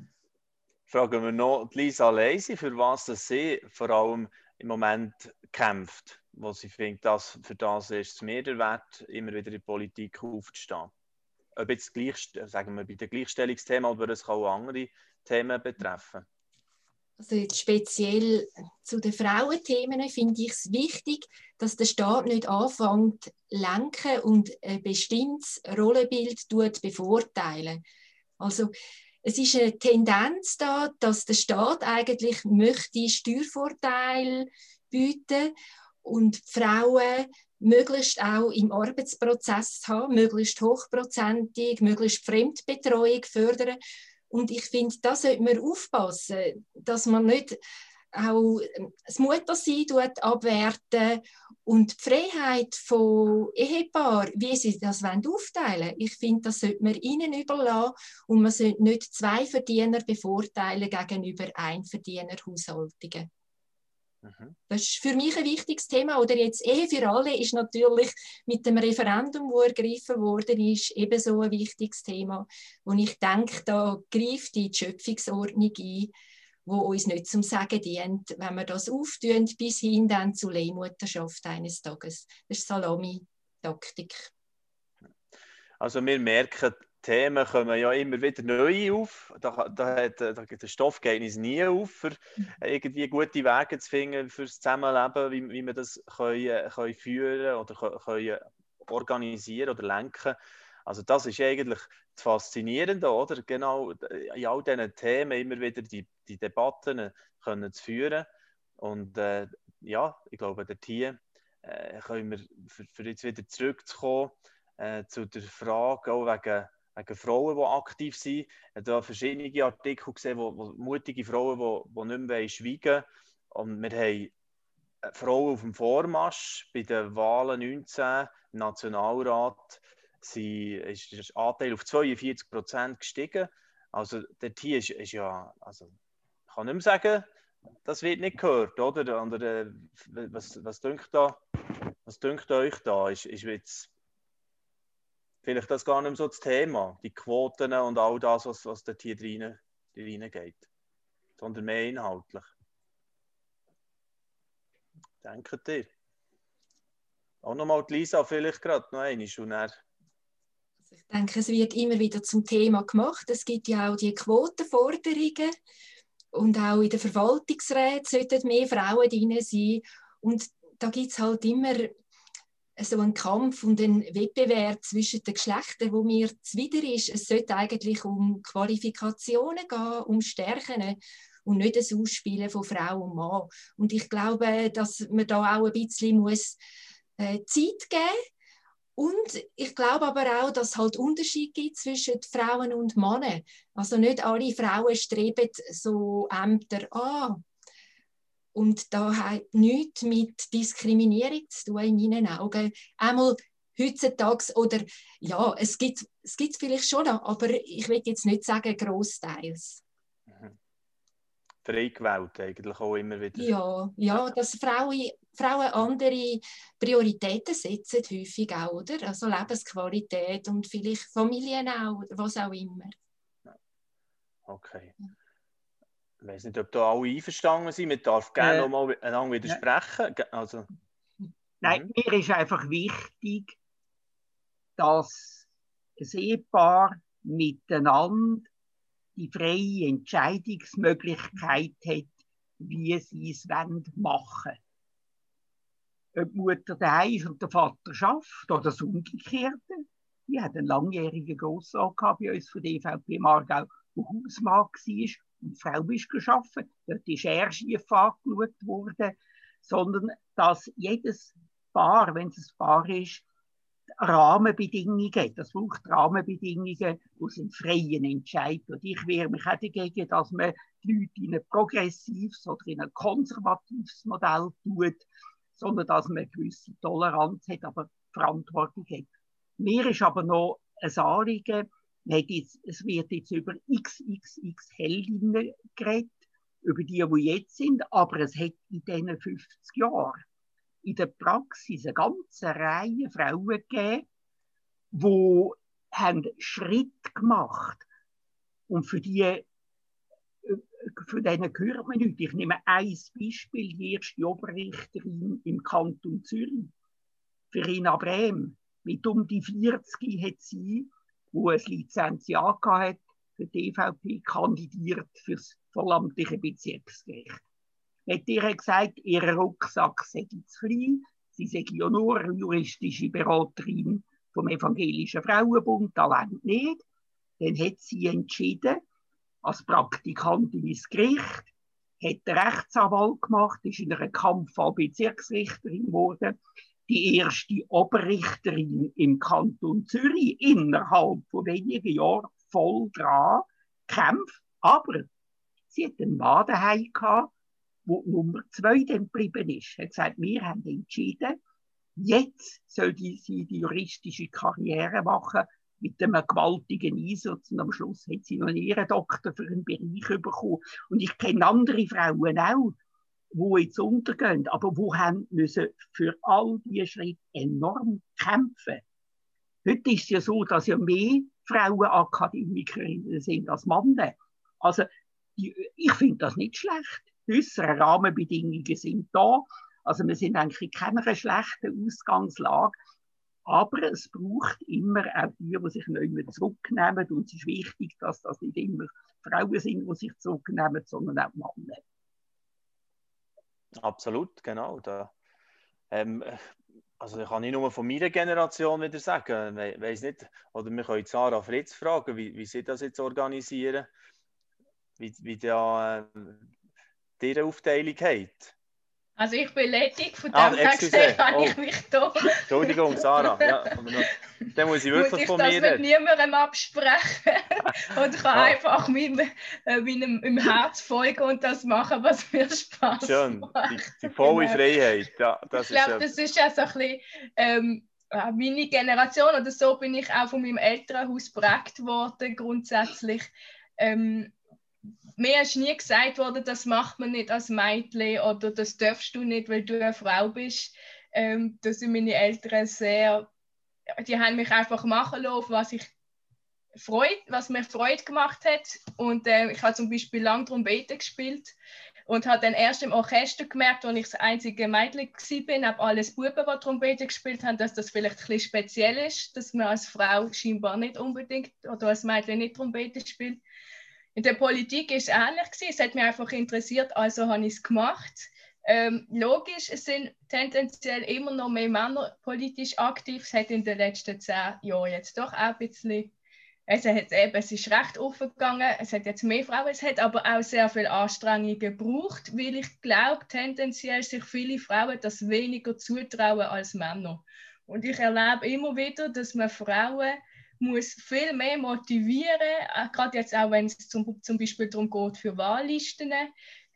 Fragen wir noch Lisa Leisi, für was sie vor allem im Moment kämpft, wo sie findet, dass für das ist es mehr der Wert, immer wieder in der Politik aufzustehen. Ob jetzt gleich, sagen wir bei den Gleichstellungsthemen, aber es kann auch andere Themen betreffen. Also jetzt speziell zu den Frauenthemen finde ich es wichtig, dass der Staat nicht anfängt, lenken und ein bestimmtes Rollenbild tut bevorteilen. Also es ist eine Tendenz da, dass der Staat eigentlich möchte Steuervorteile bieten und Frauen möglichst auch im Arbeitsprozess haben, möglichst hochprozentig, möglichst Fremdbetreuung fördern. Und ich finde, da sollte man aufpassen, dass man nicht auch das Muttersein abwerten und die Freiheit von Ehepaaren, wie sie das aufteilen wollen. Ich finde, das sollte man ihnen überlassen und man sollte nicht zwei Verdiener bevorteilen gegenüber Einverdienerhaushaltungen. Mhm. Das ist für mich ein wichtiges Thema. Oder jetzt Ehe für alle ist natürlich mit dem Referendum, das ergriffen worden ist, ebenso ein wichtiges Thema. Und ich denke, da greift die Schöpfungsordnung ein, wo uns nicht zum Sagen dient, wenn wir das auftun, bis hin dann zur Leihmutterschaft eines Tages. Das ist Salami-Taktik. Also wir merken, Themen kommen ja immer wieder neu auf. Da, da hat, da, der Stoff geht uns nie auf, für irgendwie gute Wege zu finden für das Zusammenleben, wie, wie wir das können, können führen oder können organisieren oder lenken. Also das ist eigentlich das Faszinierende, oder? Genau in all diesen Themen immer wieder die, die Debatten können zu führen. Und äh, ja, ich glaube, dort hier äh, können wir, für, für jetzt wieder zurückzukommen, äh, zu der Frage auch wegen, wegen Frauen, die aktiv sind. Ich habe da verschiedene Artikel gesehen, wo, wo mutige Frauen, die, die nicht mehr schweigen wollen. Und wir haben Frauen auf dem Vormarsch bei den Wahlen neunzehn im Nationalrat. Sie ist der Anteil auf zweiundvierzig Prozent gestiegen. Also dort hier ist, ist ja, also ich kann nicht mehr sagen, das wird nicht gehört, oder? oder äh, was, was denkt da, was denkt euch da? Ist, ist jetzt vielleicht das gar nicht mehr so das Thema, die Quoten und all das, was, was dort hier rein, reingeht, sondern mehr inhaltlich. Denkt ihr? Auch nochmal die Lisa vielleicht gerade noch einmal und dann. Ich denke, es wird immer wieder zum Thema gemacht. Es gibt ja auch die Quotenforderungen und auch in den Verwaltungsräten sollten mehr Frauen drin sein. Und da gibt es halt immer so einen Kampf und einen Wettbewerb zwischen den Geschlechtern, wo mir zuwider ist. Es sollte eigentlich um Qualifikationen gehen, um Stärken und nicht das Ausspielen von Frau und Mann. Und ich glaube, dass man da auch ein bisschen muss, äh, Zeit geben muss. Und ich glaube aber auch, dass es halt Unterschiede gibt zwischen Frauen und Männern. Also nicht alle Frauen streben so Ämter an. Und da hat nichts mit Diskriminierung zu tun, in meinen Augen. Einmal heutzutage, oder ja, es gibt es gibt vielleicht schon noch, aber ich will jetzt nicht sagen grossteils. Mhm. Frei gewählt eigentlich auch immer wieder. Ja, ja, dass Frauen, Frauen andere Prioritäten setzen, häufig auch, oder? Also Lebensqualität und vielleicht Familien auch, oder was auch immer. Okay. Ich weiß nicht, ob da alle einverstanden sind. Man darf gerne Äh, noch mal einander widersprechen. Also, Nein, mhm. mir ist einfach wichtig, dass ein Ehepaar miteinander die freie Entscheidungsmöglichkeit hat, wie sie es machen wollen. Ob die Mutter daheim ist und der Vater schafft oder das Umgekehrte. Ich hatte einen langjährigen Grossrat bei uns von der E V P Margau, der Hausmann war und die Frau ist gearbeitet. Dort ist er schief angeschaut worden, sondern dass jedes Paar, wenn es ein Paar ist, Rahmenbedingungen hat. Das braucht Rahmenbedingungen, wo es einen freien Entscheid. Und ich wehre mich auch dagegen, dass man die Leute in ein progressives oder in ein konservatives Modell tut, sondern dass man eine gewisse Toleranz hat, aber Verantwortung hat. Mir ist aber noch ein Anliegen, jetzt, es wird jetzt über X X X Heldinnen geredet, über die, die jetzt sind, aber es hat in diesen fünfzig Jahren in der Praxis eine ganze Reihe Frauen gegeben, die haben Schritt gemacht und für die für denen gehört man nicht. Ich nehme ein Beispiel, die erste Oberrichterin im Kanton Zürich, Verena Brehm. Mit um die vierzig hat sie, wo ein Lizenziat hatte, für die E V P kandidiert für das vollamtliche Bezirksgericht. Hat ihr gesagt, ihr Rucksack sei zu klein, sie sei ja nur eine juristische Beraterin vom Evangelischen Frauenbund, allein nicht. Dann hat sie entschieden, als Praktikantin ins Gericht, hat den Rechtsanwalt gemacht, ist in einem Kampf Bezirksrichterin geworden, die erste Oberrichterin im Kanton Zürich, innerhalb von wenigen Jahren voll dran gekämpft. Aber sie hat einen Mann daheim gehabt, der Nummer zwei dann geblieben ist. Er hat gesagt, wir haben entschieden, jetzt soll sie die juristische Karriere machen, mit einem gewaltigen Einsatz. Und am Schluss hat sie noch einen Ehrendoktor für einen Bereich bekommen. Und ich kenne andere Frauen auch, die jetzt untergehen, aber die haben müssen für all diese Schritte enorm kämpfen. Heute ist es ja so, dass ja mehr Frauen Akademikerinnen sind als Männer. Also, die, ich finde das nicht schlecht. Unsere Rahmenbedingungen sind da. Also, wir sind eigentlich in keiner schlechten Ausgangslage. Aber es braucht immer auch die, die sich nicht mehr zurücknehmen. Und es ist wichtig, dass das nicht immer Frauen sind, die sich zurücknehmen, sondern auch Männer. Absolut, genau. Da, ähm, also ich kann nicht nur von meiner Generation wieder sagen, ich weiss nicht, oder wir können Sarah Fritz fragen, wie, wie sie das jetzt organisieren, wie, wie da äh, diese Aufteilung hat. Also ich bin ledig, von Ah, dem her gesehen habe oh. ich mich da. Entschuldigung, Sarah. Ja, aber noch, dann muss ich wirklich muss ich von das mir mit reden. niemandem absprechen und kann ah. einfach meinem, äh, meinem, meinem Herz folgen und das machen, was mir Spaß Schön, macht. die, die volle Genau. Freiheit. Ja, das ich glaube, ist, das ist ja so ein bisschen ähm, meine Generation, oder so bin ich auch von meinem Elternhaus geprägt worden, grundsätzlich. Ähm, Mir ist nie gesagt worden, das macht man nicht als Mädchen oder das darfst du nicht, weil du eine Frau bist. Ähm, da sind meine Eltern sehr, die haben mich einfach machen lassen, was, ich Freude, was mir Freude gemacht hat. Und äh, ich habe zum Beispiel lange Trompete gespielt und habe dann erst im Orchester gemerkt, als ich das einzige Mädchen war, neben alles Buben, die Trompete gespielt haben, dass das vielleicht ein bisschen speziell ist, dass man als Frau scheinbar nicht unbedingt oder als Mädchen nicht Trompete spielt. In der Politik war es ähnlich. Es hat mich einfach interessiert, also habe ich es gemacht. Ähm, logisch, es sind tendenziell immer noch mehr Männer politisch aktiv. Es hat in den letzten zehn Jahren jetzt doch auch ein bisschen, es, hat eben, es ist recht offen gegangen, es hat jetzt mehr Frauen, es hat aber auch sehr viel Anstrengungen gebraucht, weil ich glaube, tendenziell sich viele Frauen das weniger zutrauen als Männer. Und ich erlebe immer wieder, dass man Frauen muss viel mehr motivieren, gerade jetzt auch, wenn es zum, zum Beispiel darum geht, für Wahllisten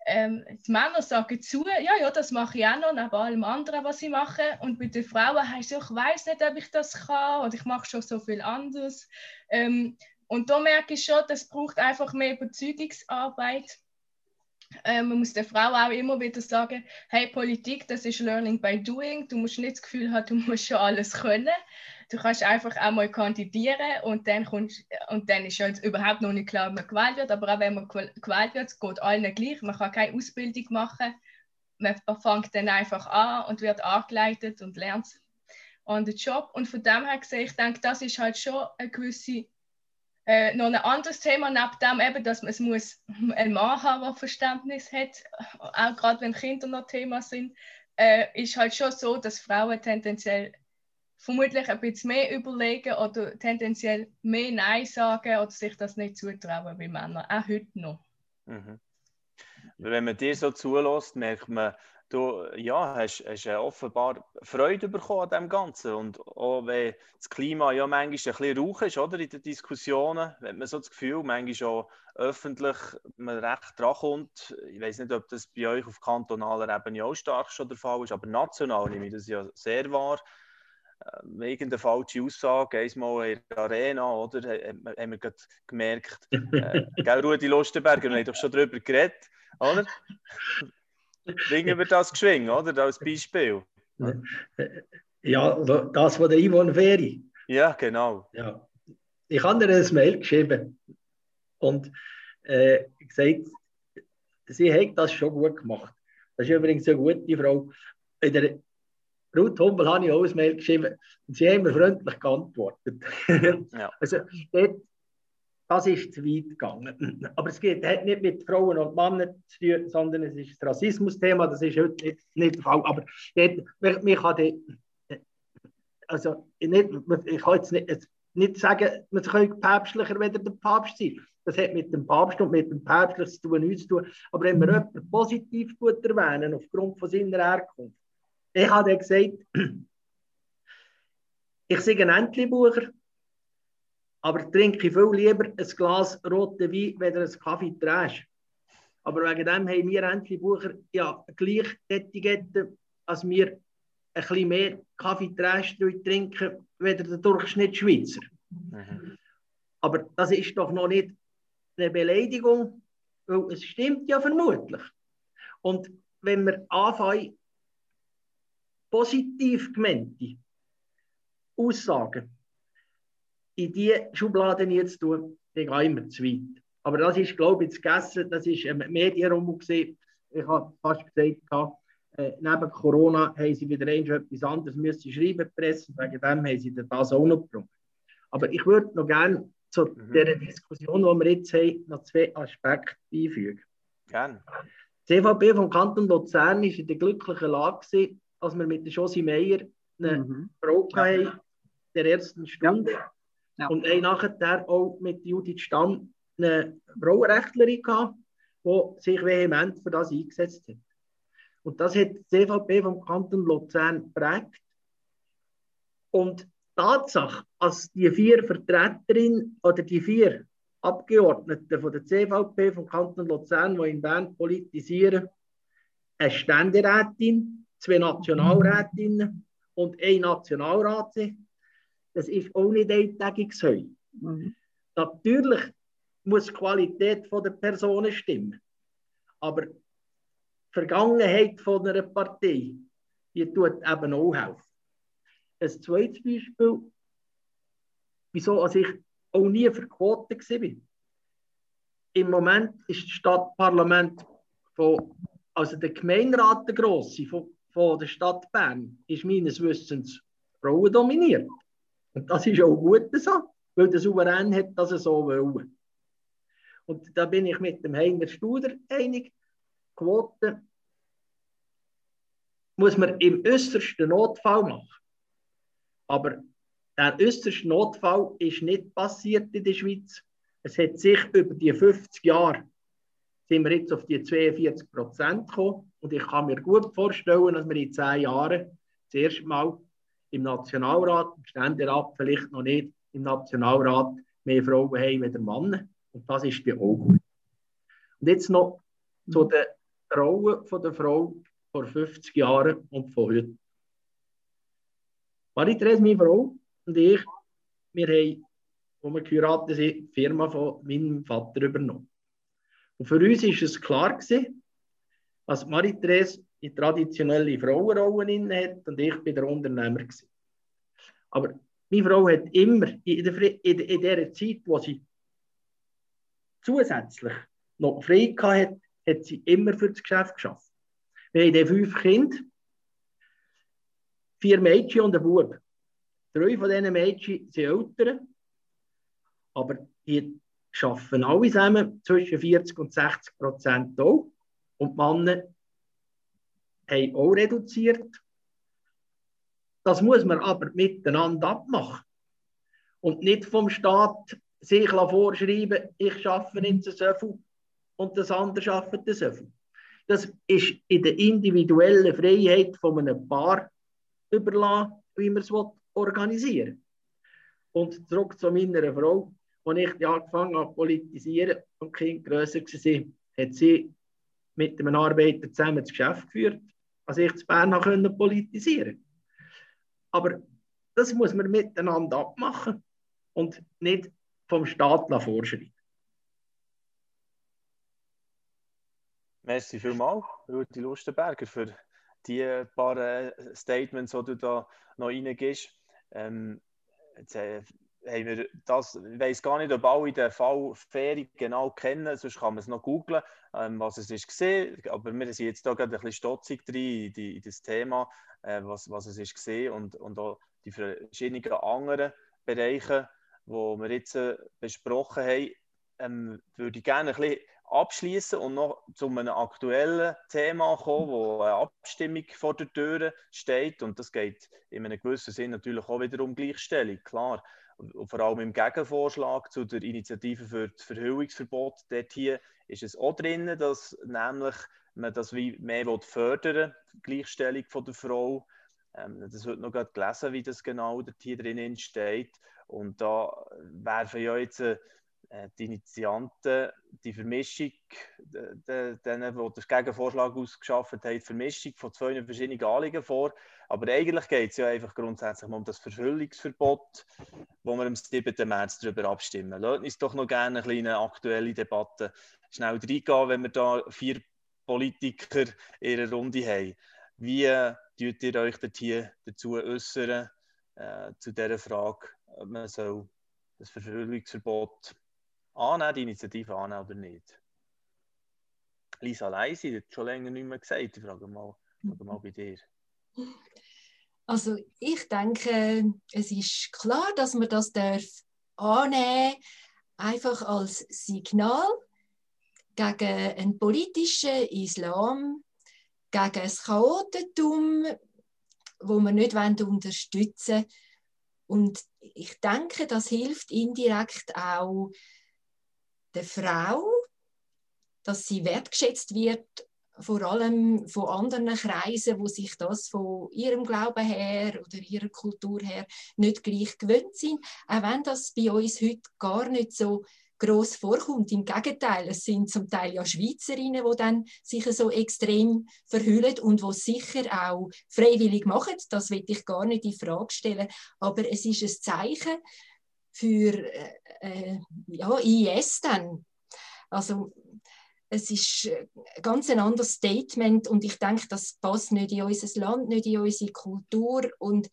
ähm, die Männer sagen zu, ja, ja, das mache ich auch noch, neben allem anderen, was ich mache. Und bei den Frauen heißt es, ich weiß nicht, ob ich das kann oder ich mache schon so viel anderes. Ähm, und da merke ich schon, das braucht einfach mehr Überzeugungsarbeit. Ähm, man muss der Frau auch immer wieder sagen, hey, Politik, das ist Learning by Doing. Du musst nicht das Gefühl haben, du musst schon alles können. Du kannst einfach auch mal kandidieren und dann, kommst, und dann ist halt überhaupt noch nicht klar, ob man gewählt wird. Aber auch wenn man gewählt wird, geht allen gleich. Man kann keine Ausbildung machen. Man fängt dann einfach an und wird angeleitet und lernt an den Job. Und von dem her gesehen, ich denke, das ist halt schon eine gewisse, äh, noch ein anderes Thema, neben dem eben, dass man es muss einen Mann haben, der Verständnis hat, auch gerade wenn Kinder noch Thema sind, äh, ist halt schon so, dass Frauen tendenziell vermutlich ein bisschen mehr überlegen oder tendenziell mehr Nein sagen oder sich das nicht zutrauen wie Männer, auch heute noch. Mhm. Wenn man dir so zulässt, merkt man, du ja, hast, hast offenbar Freude bekommen an dem Ganzen. Und auch wenn das Klima ja manchmal ein bisschen rauch ist, oder, in den Diskussionen, hat man so das Gefühl, manchmal auch öffentlich man recht dran kommt. Ich weiß nicht, ob das bei euch auf kantonaler Ebene auch stark schon der Fall ist, aber national nehme ich das ja sehr wahr. Irgendeine falsche Aussage, einmal in der Arena, oder? Haben wir gerade gemerkt. Äh, gell, Rudi Lustenberger, wir haben doch schon darüber geredet, oder? Bringen wir das geschwingen, oder? Als Beispiel. Ja, das von der Yvonne Ferry. Ja, genau. Ja. Ich habe ihr ein Mail geschrieben und äh, gesagt, sie hat das schon gut gemacht. Das ist übrigens eine gute Frau. In der Ruth Hummel habe ich auch ein Mail geschrieben und sie haben mir freundlich geantwortet. Ja. Also, das ist zu weit gegangen. Aber es geht, hat nicht mit Frauen und Männern zu tun, sondern es ist das Rassismus-Thema, das ist heute nicht, nicht der Fall. Aber dort, mich hat die, also nicht, ich kann jetzt nicht, nicht sagen, man kann päpstlicher als der Papst sein. Das hat mit dem Papst und mit dem Päpstlich zu tun, nichts zu tun. Aber wenn man jemanden positiv erwähnen, aufgrund von seiner Herkunft, ich habe dann gesagt, ich sei ein Entlebucher, aber trinke viel lieber ein Glas roten Wein, wenn du einen Kaffee trinkst. Aber wegen dem haben wir Entlebucher ja gleich Etiketten, als wir ein bisschen mehr Kaffee trinken, wie der Durchschnittsschweizer. Mhm. Aber das ist doch noch nicht eine Beleidigung, weil es stimmt ja vermutlich. Und wenn wir anfangen, positiv gemeinte Aussagen in diese Schubladen jetzt tun, dann gehen wir zu weit. Aber das ist, glaube ich, zu vergessen, das ist ein Medienrummel gesehen. Ich habe fast gesagt, äh, neben Corona haben sie wieder etwas anderes müssen schreiben, Presse, wegen dem haben sie das auch noch gebraucht. Aber ich würde noch gerne zu mhm. dieser Diskussion, die wir jetzt haben, noch zwei Aspekte einfügen. Gerne. Die C V P vom Kanton Luzern war in der glücklichen Lage gewesen, als wir mit der Josi Meier eine mhm. Frau ja. hatten, der ersten Stunde. Ja. Ja. Und ein nachher auch mit Judith Stamm eine Frauenrechtlerin gehabt, die sich vehement für das eingesetzt hat. Und das hat die C V P vom Kanton Luzern geprägt. Und die Tatsache, dass die vier Vertreterinnen oder die vier Abgeordneten von der C V P vom Kanton Luzern, die in Bern politisieren, eine Ständerätin, zwei Nationalrätinnen und ein Nationalrat sind, das ist auch nicht eintägiges Heu. Mhm. Natürlich muss die Qualität der Personen stimmen. Aber die Vergangenheit von einer Partei, die tut eben auch helfen. Ein zweites Beispiel, wieso ich auch nie für Quoten war. Im Moment ist das Stadtparlament von, also der Gemeinderat, der Grosse von, von der Stadt Bern, ist meines Wissens Frauen dominiert. Und das ist auch gut so, weil der Souverän hat das so wollen. Und da bin ich mit dem Heiner Studer einig. Quoten muss man im äußersten Notfall machen. Aber der äußerste Notfall ist nicht passiert in der Schweiz. Es hat sich über die fünfzig Jahre, sind wir jetzt auf die zweiundvierzig Prozent gekommen. Und ich kann mir gut vorstellen, dass wir in zehn Jahren das erste Mal im Nationalrat, im Ständerat vielleicht noch nicht, im Nationalrat mehr Frauen haben als Männer. Und das ist ja auch gut. Und jetzt noch zu den Rolle der Frau vor fünfzig Jahren und von heute. Marie-Therese, meine Frau und ich, wir haben, als wir geheiratet sind, die Firma von meinem Vater übernommen. Und für uns war es klar gewesen, dass Marie-Therese die traditionelle Frauenrolle inne hat und ich bin der Unternehmer gewesen. Aber meine Frau hat immer in, der, in, in der Zeit, wo sie zusätzlich noch frei hatte, hat sie immer für das Geschäft geschafft. Wir haben fünf Kinder, vier Mädchen und ein Bub. Drei von diesen Mädchen sind Eltern, aber die arbeiten alle zusammen zwischen vierzig und sechzig Prozent auch. Und die Männer haben auch reduziert. Das muss man aber miteinander abmachen. Und nicht vom Staat sich vorschreiben, ich arbeite nicht so viel und das andere arbeitet so viel. Das ist in der individuellen Freiheit von einem Paar überlassen, wie man es organisieren will. Und zurück zu meiner Frau, als ich angefangen habe zu politisieren und die Kinder grösser waren, hat sie mit einem Arbeiter zusammen das Geschäft geführt, als ich zu Bern konnte politisieren. Aber das muss man miteinander abmachen und nicht vom Staat vorschreiben. Merci vielmals, Rudi Lustenberger, für die paar äh, Statements, die du da noch reingibst. Ähm, jetzt, äh, haben wir das, ich weiss gar nicht, ob alle den Fall Feri genau kennen, sonst kann man es noch googlen, ähm, was es ist gesehen. Aber wir sind jetzt da gerade ein bisschen stotzig drin in, die, in das Thema, äh, was, was es ist gesehen und, und auch die verschiedenen anderen Bereiche, die wir jetzt äh, besprochen haben, ähm, würde ich gerne ein bisschen abschließen und noch zu einem aktuellen Thema kommen, wo eine Abstimmung vor der Tür steht. Und das geht in einem gewissen Sinn natürlich auch wieder um Gleichstellung, klar. Und vor allem im Gegenvorschlag zu der Initiative für das Verhüllungsverbot, dort hier ist es auch drin, dass nämlich man das wie mehr fördern will, die Gleichstellung von der Frau. Ähm, das wird noch gerade gelesen, wie das genau dort hier drin steht. Und da werfen ja jetzt äh, die Initianten die Vermischung, denen, die den Gegenvorschlag ausgeschafft haben, die Vermischung von zwei verschiedenen Anliegen vor. Aber eigentlich geht es ja einfach grundsätzlich um das Verhüllungsverbot, wo wir am siebten März darüber abstimmen. Lasst uns doch noch gerne eine kleine aktuelle Debatte schnell reingehen, wenn wir da vier Politiker in ihrer Runde haben. Wie äh, tut ihr euch dort hier dazu äußern, äh, zu dieser Frage, ob man soll das Verhüllungsverbot annehmen, die Initiative annehmen oder nicht? Lisa Leisi, das hat schon länger nicht mehr gesagt. Ich frage mal, frage mal bei dir. Also ich denke, es ist klar, dass man das darf annehmen, einfach als Signal gegen einen politischen Islam, gegen das Chaotentum, wo wir nicht unterstützen wollen. Und ich denke, das hilft indirekt auch der Frau, dass sie wertgeschätzt wird, vor allem von anderen Kreisen, wo sich das von ihrem Glauben her oder ihrer Kultur her nicht gleich gewöhnt sind. Auch wenn das bei uns heute gar nicht so gross vorkommt. Im Gegenteil, es sind zum Teil ja Schweizerinnen, die dann sich so extrem verhüllen und die sicher auch freiwillig machen. Das will ich gar nicht in Frage stellen. Aber es ist ein Zeichen für äh, äh, ja, I S dann. Also es ist ein ganz ein anderes Statement und ich denke, das passt nicht in unser Land, nicht in unsere Kultur und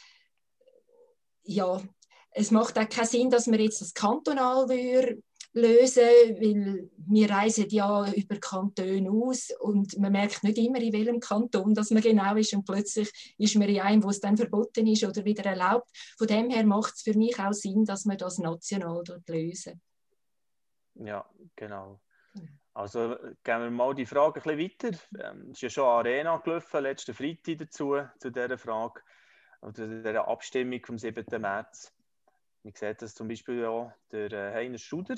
ja, es macht auch keinen Sinn, dass wir jetzt das kantonal lösen, weil wir reisen ja über Kantone aus und man merkt nicht immer, in welchem Kanton dass man genau ist und plötzlich ist man in einem, wo es dann verboten ist oder wieder erlaubt. Von dem her macht es für mich auch Sinn, dass wir das national dort lösen. Ja, genau. Also gehen wir mal die Frage ein bisschen weiter. Ähm, es ist ja schon eine Arena gelaufen, letzten Freitag dazu, zu dieser Frage, oder dieser Abstimmung vom siebten März. Wie sieht das zum Beispiel auch der äh, Heiner Schuder?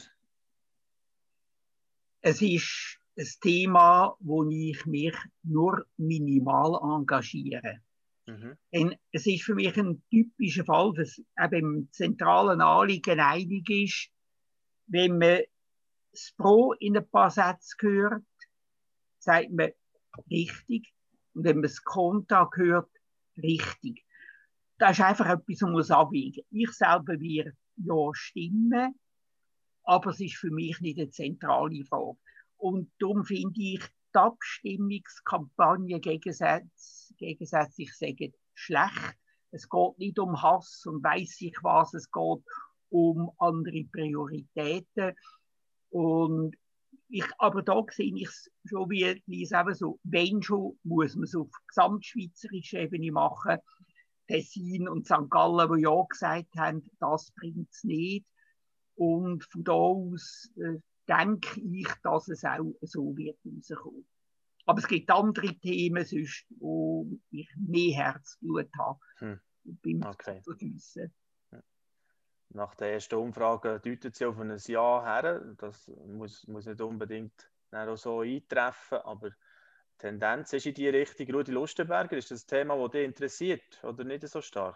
Es ist ein Thema, wo ich mich nur minimal engagiere. Mhm. Denn es ist für mich ein typischer Fall, dass eben im zentralen Anliegen einig ist, wenn man das Pro in ein paar Sätzen gehört, sagt man richtig. Und wenn man das Kontra hört, richtig. Das ist einfach etwas, man muss abwägen. Ich selber werde ja stimmen, aber es ist für mich nicht eine zentrale Frage. Und darum finde ich die Abstimmungskampagne gegensätzlich, gegensätzlich sagen, schlecht. Es geht nicht um Hass und weiss ich was, es geht um andere Prioritäten. Und ich, aber da sehe ich es schon wie Lisa eben so, wenn schon, muss man es auf gesamtschweizerischer Ebene machen. Tessin und Sankt Gallen, die ja gesagt haben, das bringt es nicht. Und von da aus äh, denke ich, dass es auch so wird rauskommen. Aber es gibt andere Themen, sonst, wo ich mehr Herzblut habe. Hm. Beim okay. Vergiessen. Nach der ersten Umfrage deutet sie auf ein Ja her. Das muss, muss nicht unbedingt auch so eintreffen, aber die Tendenz ist in die Richtung. Rudi Lustenberger, ist das ein Thema, das dich interessiert oder nicht so stark?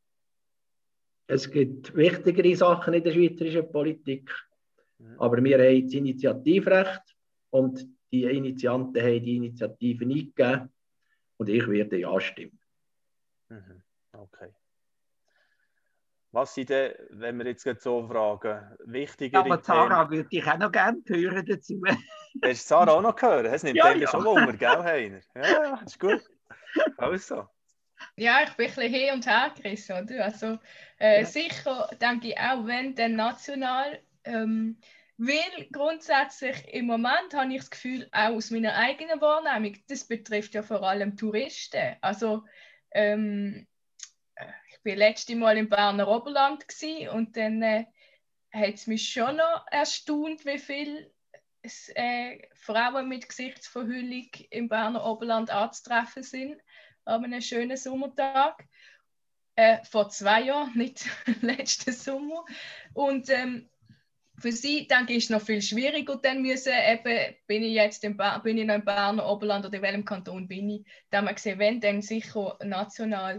Es gibt wichtigere Sachen in der schweizerischen Politik, mhm. aber wir haben das Initiativrecht und die Initianten haben die Initiative eingegeben und ich werde Ja stimmen. Mhm. Okay. Was sind denn, wenn wir jetzt so fragen, wichtigere ja, aber Zara Themen? würde ich auch noch gerne hören dazu. Willst du Zara auch noch hören? Es nimmt ja, eben ja. schon Wunder, gell, Heiner? Ja, ist gut. Also. Ja, ich bin ein bisschen hin und her gerissen, oder? Also, äh, ja. sicher denke ich auch, wenn dann national, ähm, weil grundsätzlich im Moment habe ich das Gefühl, auch aus meiner eigenen Wahrnehmung, das betrifft ja vor allem Touristen. Also, ähm, ich war letztes Mal im Berner Oberland und dann äh, hat es mich schon noch erstaunt, wie viele äh, Frauen mit Gesichtsverhüllung im Berner Oberland anzutreffen sind an einem schönen Sommertag. Äh, vor zwei Jahren, nicht letzten Sommer. Und ähm, für sie, denke ich, ist es noch viel schwieriger. Dann müssen eben, bin ich jetzt im ba- bin ich noch im Berner Oberland oder in welchem Kanton bin ich, da haben wir gesehen, wenn, dann sicher national.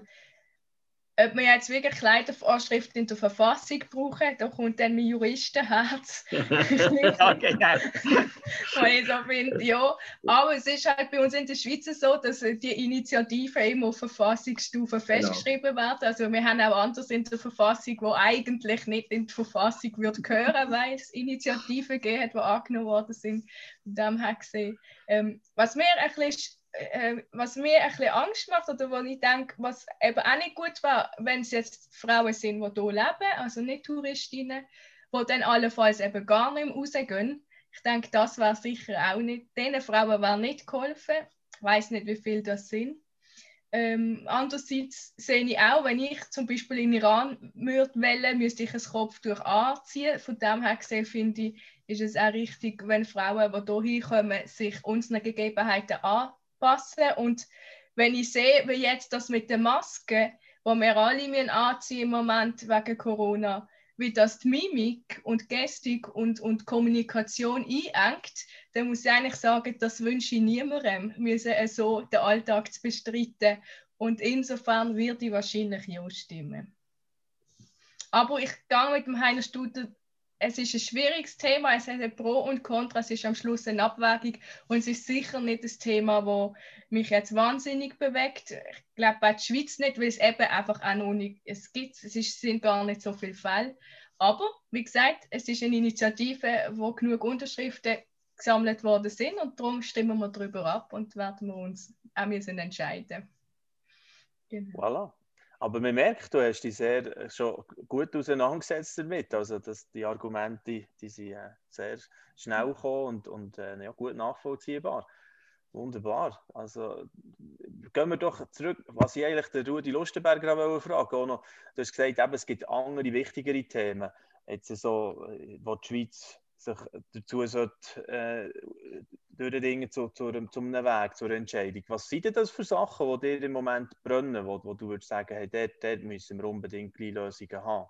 Ob wir jetzt wirklich Kleidervorschriften in der Verfassung brauchen, da kommt dann mein Juristenherz. ja, genau. Wo ich so finde, ja. Aber es ist halt bei uns in der Schweiz so, dass die Initiativen immer auf Verfassungsstufe festgeschrieben werden. Also wir haben auch anders in der Verfassung, die eigentlich nicht in die Verfassung würde gehören, weil es Initiativen gegeben hat, die angenommen worden sind. Von dem her gesehen. Ähm, was mir ein bisschen Äh, was mir ein bisschen Angst macht oder wo ich denke, was eben auch nicht gut wäre, wenn es jetzt Frauen sind, die hier leben, also nicht Touristinnen, die dann allenfalls eben gar nicht mehr rausgehen. Ich denke, das wäre sicher auch nicht, diesen Frauen wäre nicht geholfen. Ich weiss nicht, wie viele das sind. Ähm, andererseits sehe ich auch, wenn ich zum Beispiel in Iran wähle, müsste ich ein Kopftuch anziehen. Von dem her gesehen finde ich, ist es auch richtig, wenn Frauen, die hier hinkommen, sich unseren Gegebenheiten anpassen. Und wenn ich sehe, wie jetzt das mit den Masken, die wir alle anziehen im Moment wegen Corona, wie das die Mimik und Gestik und, und Kommunikation einengt, dann muss ich eigentlich sagen, das wünsche ich niemandem, müssen so den Alltag zu bestreiten. Und insofern würde ich wahrscheinlich ja stimmen. Aber ich gehe mit dem Heiner Studer. Es ist ein schwieriges Thema, es hat ein Pro und Contra, es ist am Schluss eine Abwägung und es ist sicher nicht das Thema, das mich jetzt wahnsinnig bewegt. Ich glaube auch die Schweiz nicht, weil es eben einfach auch noch nicht, es gibt, es ist, sind gar nicht so viele Fälle. Aber, wie gesagt, es ist eine Initiative, wo genug Unterschriften gesammelt worden sind und darum stimmen wir darüber ab und werden wir uns auch müssen entscheiden. Genau. Voilà. Aber man merkt, du hast dich sehr, schon gut auseinandergesetzt damit. Also dass die Argumente, die sind äh, sehr schnell gekommen und, und äh, ja, gut nachvollziehbar. Wunderbar. Also gehen wir doch zurück, was ich eigentlich den Rudi Lustenberger fragen wollte. Du hast gesagt, eben, es gibt andere, wichtigere Themen, jetzt so, wo die Schweiz sich dazu sollte, äh, durchdringen zu, zu, zu einem Weg, zur Entscheidung. Was sind denn das für Sachen, die dir im Moment brennen, wo, wo du würdest sagen, hey, dort, dort müssen wir unbedingt Lösungen haben?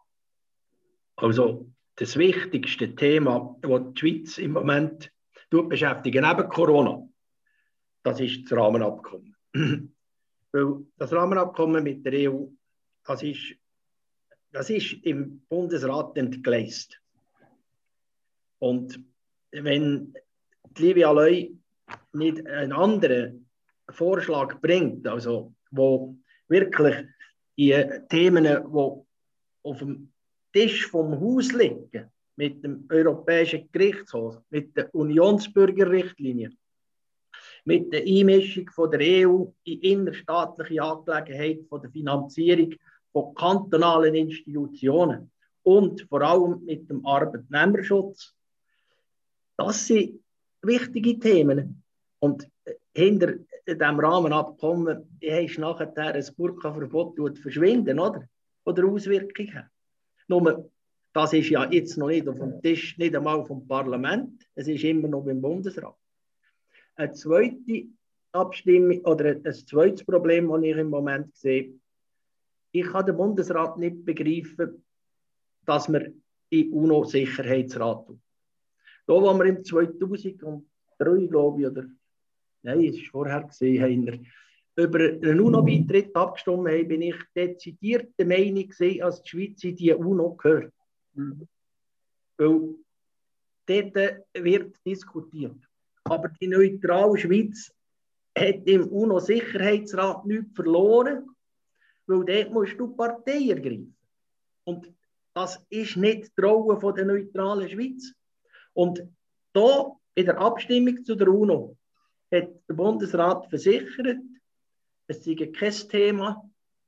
Also das wichtigste Thema, das die Schweiz im Moment beschäftigt, neben Corona, das ist das Rahmenabkommen. Weil das Rahmenabkommen mit der E U, das ist, das ist im Bundesrat entgleist. Und wenn die Livia Loy nicht einen anderen Vorschlag bringt, also wo wirklich die Themen, die auf dem Tisch vom Haus liegen, mit dem Europäischen Gerichtshof, mit der Unionsbürgerrichtlinie, mit der Einmischung von der E U in innerstaatliche Angelegenheiten von der Finanzierung von kantonalen Institutionen und vor allem mit dem Arbeitnehmerschutz. Das sind wichtige Themen. Und hinter diesem Rahmenabkommen ist nachher ein Burka-Verbot verschwinden, oder? Von der Auswirkung her. Nur, das ist ja jetzt noch nicht auf dem Tisch, nicht einmal vom Parlament, es ist immer noch beim Bundesrat. Eine zweite Abstimmung oder ein zweites Problem, das ich im Moment sehe, ich kann den Bundesrat nicht begreifen, dass wir in UNO-Sicherheitsrat tun. Da, wo wir im zweitausenddrei, glaube ich, oder nein, es war vorher gesehen, haben wir über einen UNO-Beitritt abgestimmt haben, bin ich dezidiert der Meinung gewesen, dass die Schweiz in die UNO gehört. Mhm. Weil dort wird diskutiert. Aber die neutrale Schweiz hat im UNO-Sicherheitsrat nichts verloren, weil dort musst du Partei ergreifen. Und das ist nicht die Rolle von der neutralen Schweiz. Und da in der Abstimmung zu der UNO hat der Bundesrat versichert, es sei kein Thema,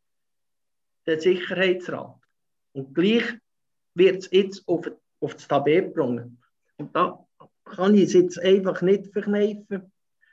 der Sicherheitsrat. Und gleich wird es jetzt auf, auf das Tablet gebracht. Und da kann ich es jetzt einfach nicht verkneifen,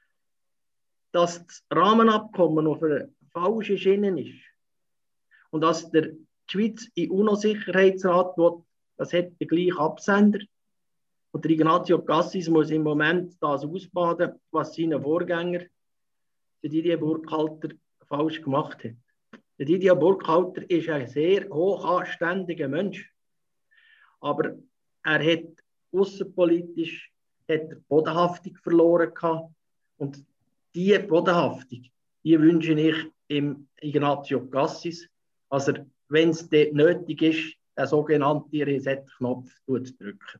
dass das Rahmenabkommen auf einer falschen Schiene ist. Und dass der die Schweiz in UNO-Sicherheitsrat will, das hat der gleiche Absender. Und der Ignazio Cassis muss im Moment das ausbaden, was seine Vorgänger, der Didier Burkhalter, falsch gemacht hat. Der Didier Burkhalter ist ein sehr hochanständiger Mensch. Aber er hat außenpolitisch hat er Bodenhaftung verloren gehabt. Und diese Bodenhaftung, die wünsche ich im Ignazio Cassis, dass er, wenn es nötig ist, den sogenannten Reset-Knopf zu drücken.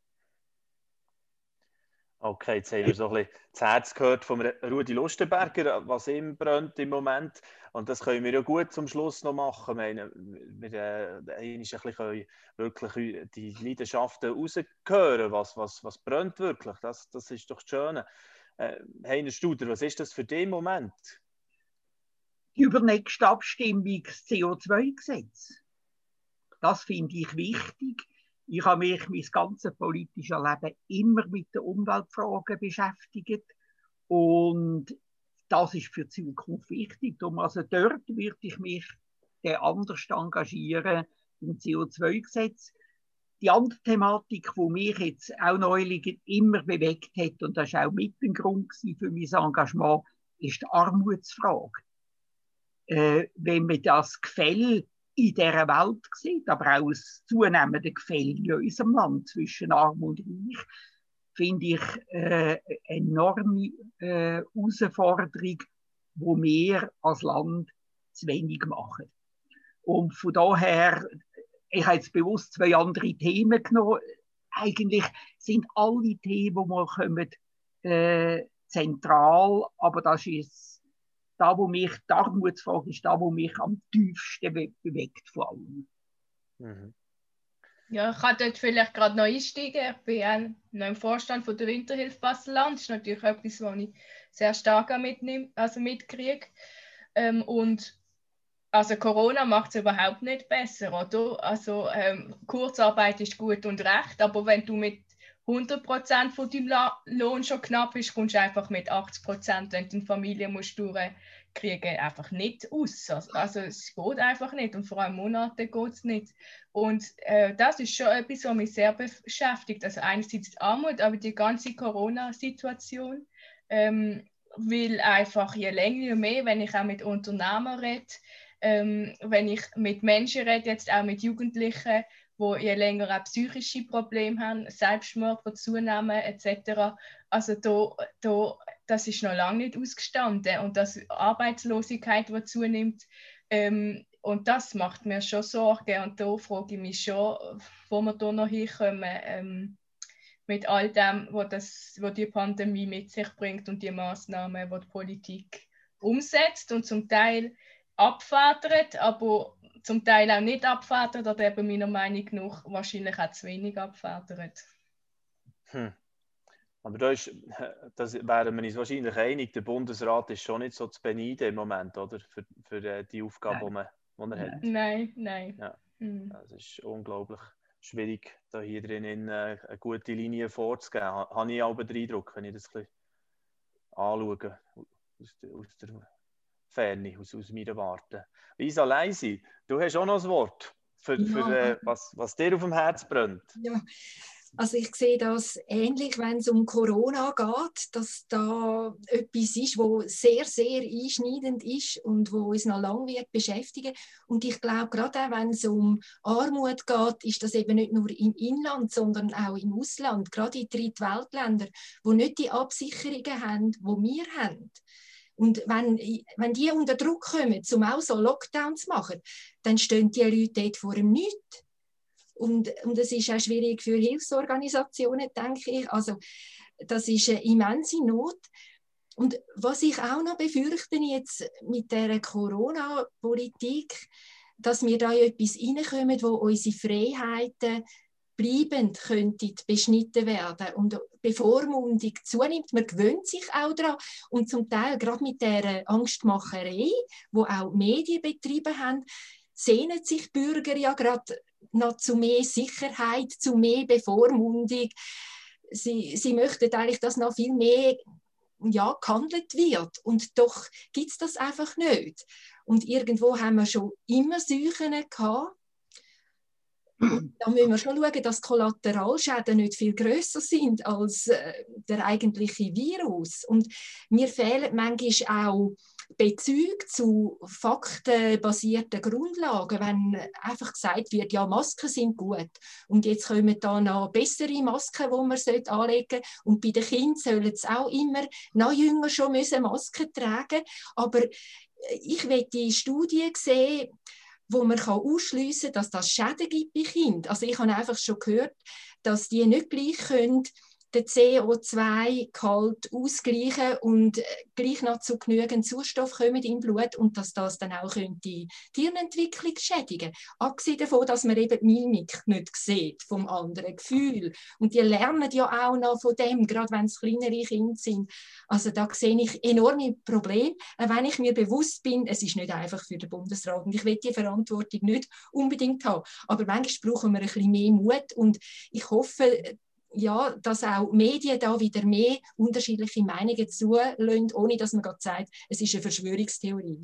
Okay, jetzt haben wir so ein bisschen das Herz gehört von Rudi Lustenberger, was ihm brennt im Moment. Und das können wir ja gut zum Schluss noch machen. Wir, wir äh, ein bisschen können wirklich die Leidenschaften raushören, was, was, was brennt wirklich. Das, das ist doch das Schöne. Äh, Heiner Studer, was ist das für den Moment? Die übernächste Abstimmung, das C O zwei Gesetz. Das finde ich wichtig. Ich habe mich mein ganzes politisches Leben immer mit den Umweltfragen beschäftigt. Und das ist für die Zukunft wichtig. Darum also dort würde ich mich anders engagieren im C O zwei Gesetz. Die andere Thematik, die mich jetzt auch neulich immer bewegt hat, und das war auch mit dem Grund für mein Engagement, ist die Armutsfrage. Äh, wenn man das Gefälle in dieser Welt sieht, aber auch das zunehmende Gefälle in unserem Land zwischen Arm und Reich, finde ich äh, eine enorme äh, Herausforderung, die wir als Land zu wenig machen. Und von daher, ich habe jetzt bewusst zwei andere Themen genommen. Eigentlich sind alle Themen, die wir kommen, äh, zentral, aber das ist da, wo mich, die Armutsfrage ist da, wo mich am tiefsten be bewegt von allem. Mhm. Ja, ich kann dort vielleicht gerade noch einsteigen. Ich bin auch noch im Vorstand von der Winterhilfe Basel-Land. Das ist natürlich etwas, was ich sehr stark mitnehme, also mitkriege. Ähm, und also Corona macht es überhaupt nicht besser, oder? Also ähm, Kurzarbeit ist gut und recht, aber wenn du mit hundert Prozent von deinem Lohn schon knapp ist, kommst du einfach mit achtzig Prozent, wenn du eine Familie musst durchkriegen, einfach nicht aus. Also es geht einfach nicht und vor allem Monate geht es nicht. Und äh, das ist schon etwas, was mich sehr beschäftigt. Also einerseits die Armut, aber die ganze Corona-Situation, ähm, weil einfach je länger, je mehr, wenn ich auch mit Unternehmern rede, ähm, wenn ich mit Menschen rede, jetzt auch mit Jugendlichen, die je länger auch psychische Probleme haben, Selbstmord, die zunehmen et cetera. Also da, da, das ist noch lange nicht ausgestanden. Und das Arbeitslosigkeit, die zunimmt, ähm, und das macht mir schon Sorgen. Und da frage ich mich schon, wo wir da noch hinkommen ähm, mit all dem, was, das, was die Pandemie mit sich bringt und die Massnahmen, die die Politik umsetzt und zum Teil abfedert, aber zum Teil auch nicht abfedert oder eben meiner Meinung nach wahrscheinlich auch zu wenig abfedert. Hm. Aber da ist, das wären wir uns wahrscheinlich einig, der Bundesrat ist schon nicht so zu beneiden im Moment, oder? Für, für die Aufgabe, die man, die man hat. Nein, nein. Ja. Hm. Es ist unglaublich schwierig, da hier drin eine gute Linie vorzugeben. Habe ich auch den Eindruck, wenn ich das ein bisschen anschaue, aus der, aus der Ferne, aus, aus meiner Warte. Lisa Leisi, du hast auch noch ein Wort, für, Ja, für, äh, was, was dir auf dem Herz brennt. Ja, also ich sehe das ähnlich, wenn es um Corona geht, dass da etwas ist, wo sehr, sehr einschneidend ist und wo uns noch lange wird beschäftigen. Und ich glaube, gerade auch wenn es um Armut geht, ist das eben nicht nur im Inland, sondern auch im Ausland, gerade in Drittweltländern, die nicht die Absicherungen haben, die wir haben. Und wenn, wenn die unter Druck kommen, um auch so Lockdowns zu machen, dann stehen die Leute dort vor dem Nichts. Und, und es ist auch schwierig für Hilfsorganisationen, denke ich. Also, das ist eine immense Not. Und was ich auch noch befürchte jetzt mit der Corona-Politik, dass wir da in etwas reinkommen, wo unsere Freiheiten bleibend könnten beschnitten werden und Bevormundung zunimmt. Man gewöhnt sich auch daran. Und zum Teil, gerade mit der Angstmacherei, die auch Medien betrieben haben, sehnen sich Bürger ja gerade noch zu mehr Sicherheit, zu mehr Bevormundung. Sie, sie möchten eigentlich, dass noch viel mehr ja, gehandelt wird. Und doch gibt es das einfach nicht. Und irgendwo haben wir schon immer Seuchen gehabt. Und da müssen wir schon schauen, dass Kollateralschäden nicht viel grösser sind als äh, der eigentliche Virus. Und mir fehlen manchmal auch Bezüge zu faktenbasierten Grundlagen, wenn einfach gesagt wird, ja, Masken sind gut und jetzt kommen da noch bessere Masken, die man anlegen sollte. Und bei den Kindern sollen es auch immer noch jünger schon müssen Masken tragen. Aber ich will die Studie sehen, wo man ausschliessen kann, dass das Schäden gibt bei Kindern. Also ich habe einfach schon gehört, dass die nicht gleich können, den C O zwei Gehalt ausgleichen und gleich noch zu genügend Sauerstoff kommen im Blut und dass das dann auch könnte die Hirnentwicklung schädigen. Abgesehen davon, dass man eben die Mimik nicht sieht vom anderen Gefühl. Und die lernen ja auch noch von dem, gerade wenn es kleinere Kinder sind. Also da sehe ich enorme Probleme, wenn ich mir bewusst bin, es ist nicht einfach für den Bundesrat und ich will die Verantwortung nicht unbedingt haben. Aber manchmal brauchen wir ein bisschen mehr Mut und ich hoffe, ja, dass auch Medien da wieder mehr unterschiedliche Meinungen zulassen, ohne dass man gerade sagt, es ist eine Verschwörungstheorie.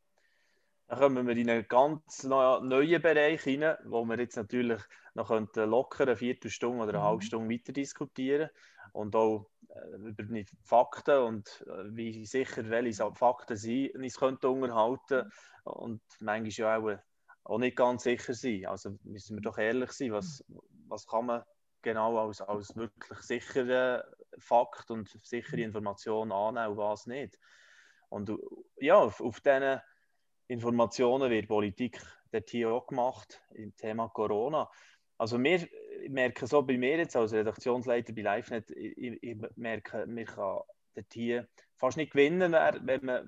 Dann kommen wir in einen ganz neuen Bereich rein, wo wir jetzt natürlich noch locker eine Viertelstunde oder eine halbe Stunde weiter diskutieren und auch über die Fakten und wie sicher welche Fakten sie uns könnten unterhalten und manchmal ja auch, auch nicht ganz sicher sein. Also müssen wir doch ehrlich sein, was, was kann man genau als, als wirklich sicherer Fakt und sichere Information annehmen und was nicht. Und ja, auf, auf diesen Informationen wird Politik dort hier auch gemacht, im Thema Corona. Also wir merken so bei mir jetzt als Redaktionsleiter bei LiveNet, ich, ich merke, man kann dort hier fast nicht gewinnen, wenn man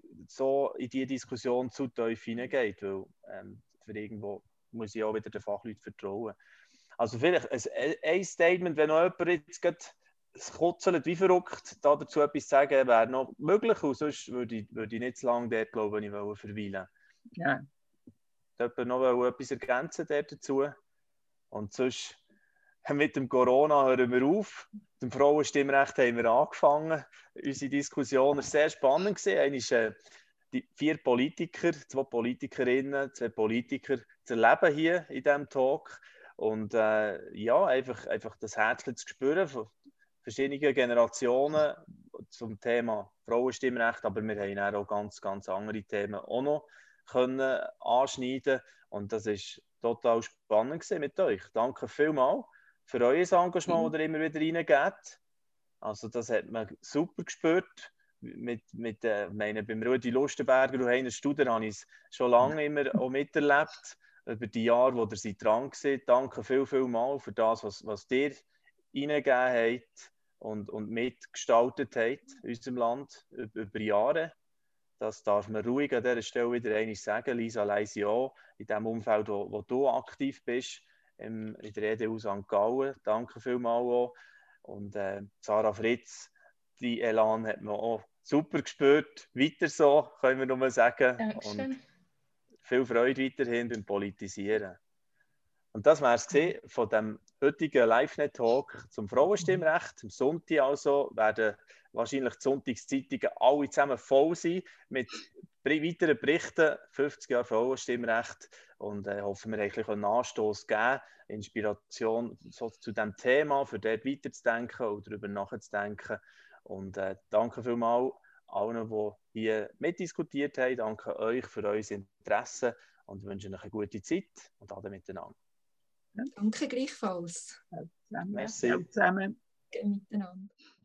so in diese Diskussion zu tief hineingeht, weil ähm, für irgendwo muss ich auch wieder den Fachleuten vertrauen. Also vielleicht ein, ein Statement, wenn noch jemand jetzt gerade kutzelt wie verrückt, da dazu etwas sagen, wäre noch möglich und sonst würde ich, würde ich nicht zu lange dort, glaube ich, verweilen. Ja. Jemand noch etwas ergänzen dazu? Und sonst mit dem Corona hören wir auf. Mit dem Frauenstimmrecht haben wir angefangen. Unsere Diskussion war sehr spannend. Eine ist, äh, die vier Politiker, zwei Politikerinnen, zwei Politiker zu erleben hier in diesem Talk. Und äh, ja, einfach, einfach das Herzchen zu spüren von verschiedenen Generationen zum Thema Frauenstimmrecht, aber wir haben auch ganz, ganz andere Themen auch noch können anschneiden und das ist total spannend gewesen mit euch. Danke vielmals für euer Engagement, das ihr immer wieder reingebt. Also das hat man super gespürt. Mit, mit, äh, meine, beim Rudi Lustenberger und Heiner Studer habe ich es schon lange immer auch miterlebt. Über die Jahre, wo ihr seid dran seid. Danke viel, viel mal für das, was, was ihr hineingegeben habt und, und mitgestaltet habt in unserem Land über, über Jahre. Das darf man ruhig an dieser Stelle wieder einmal sagen. Lisa Leisi auch, in dem Umfeld, wo, wo du aktiv bist, im, in der E D U Sankt Gallen. Danke vielmals auch. Und äh, Sarah Fritz, die Elan hat man auch super gespürt. Weiter so, können wir nur sagen. Dankeschön. Und viel Freude weiterhin beim Politisieren. Und das wäre es von dem heutigen Live-Net-Talk zum Frauenstimmrecht. Am Sonntag also werden wahrscheinlich die Sonntagszeitungen alle zusammen voll sein mit weiteren Berichten, fünfzig Jahre Frauenstimmrecht. Und äh, hoffen wir, eigentlich einen Anstoß geben, Inspiration so zu diesem Thema, für dort weiterzudenken oder darüber nachzudenken. Und äh, danke vielmals allen, die hier mitdiskutiert haben. Danke euch für euer Interesse und wünsche euch eine gute Zeit und alle miteinander. Danke gleichfalls. Zusammen. Merci. Zusammen. Miteinander.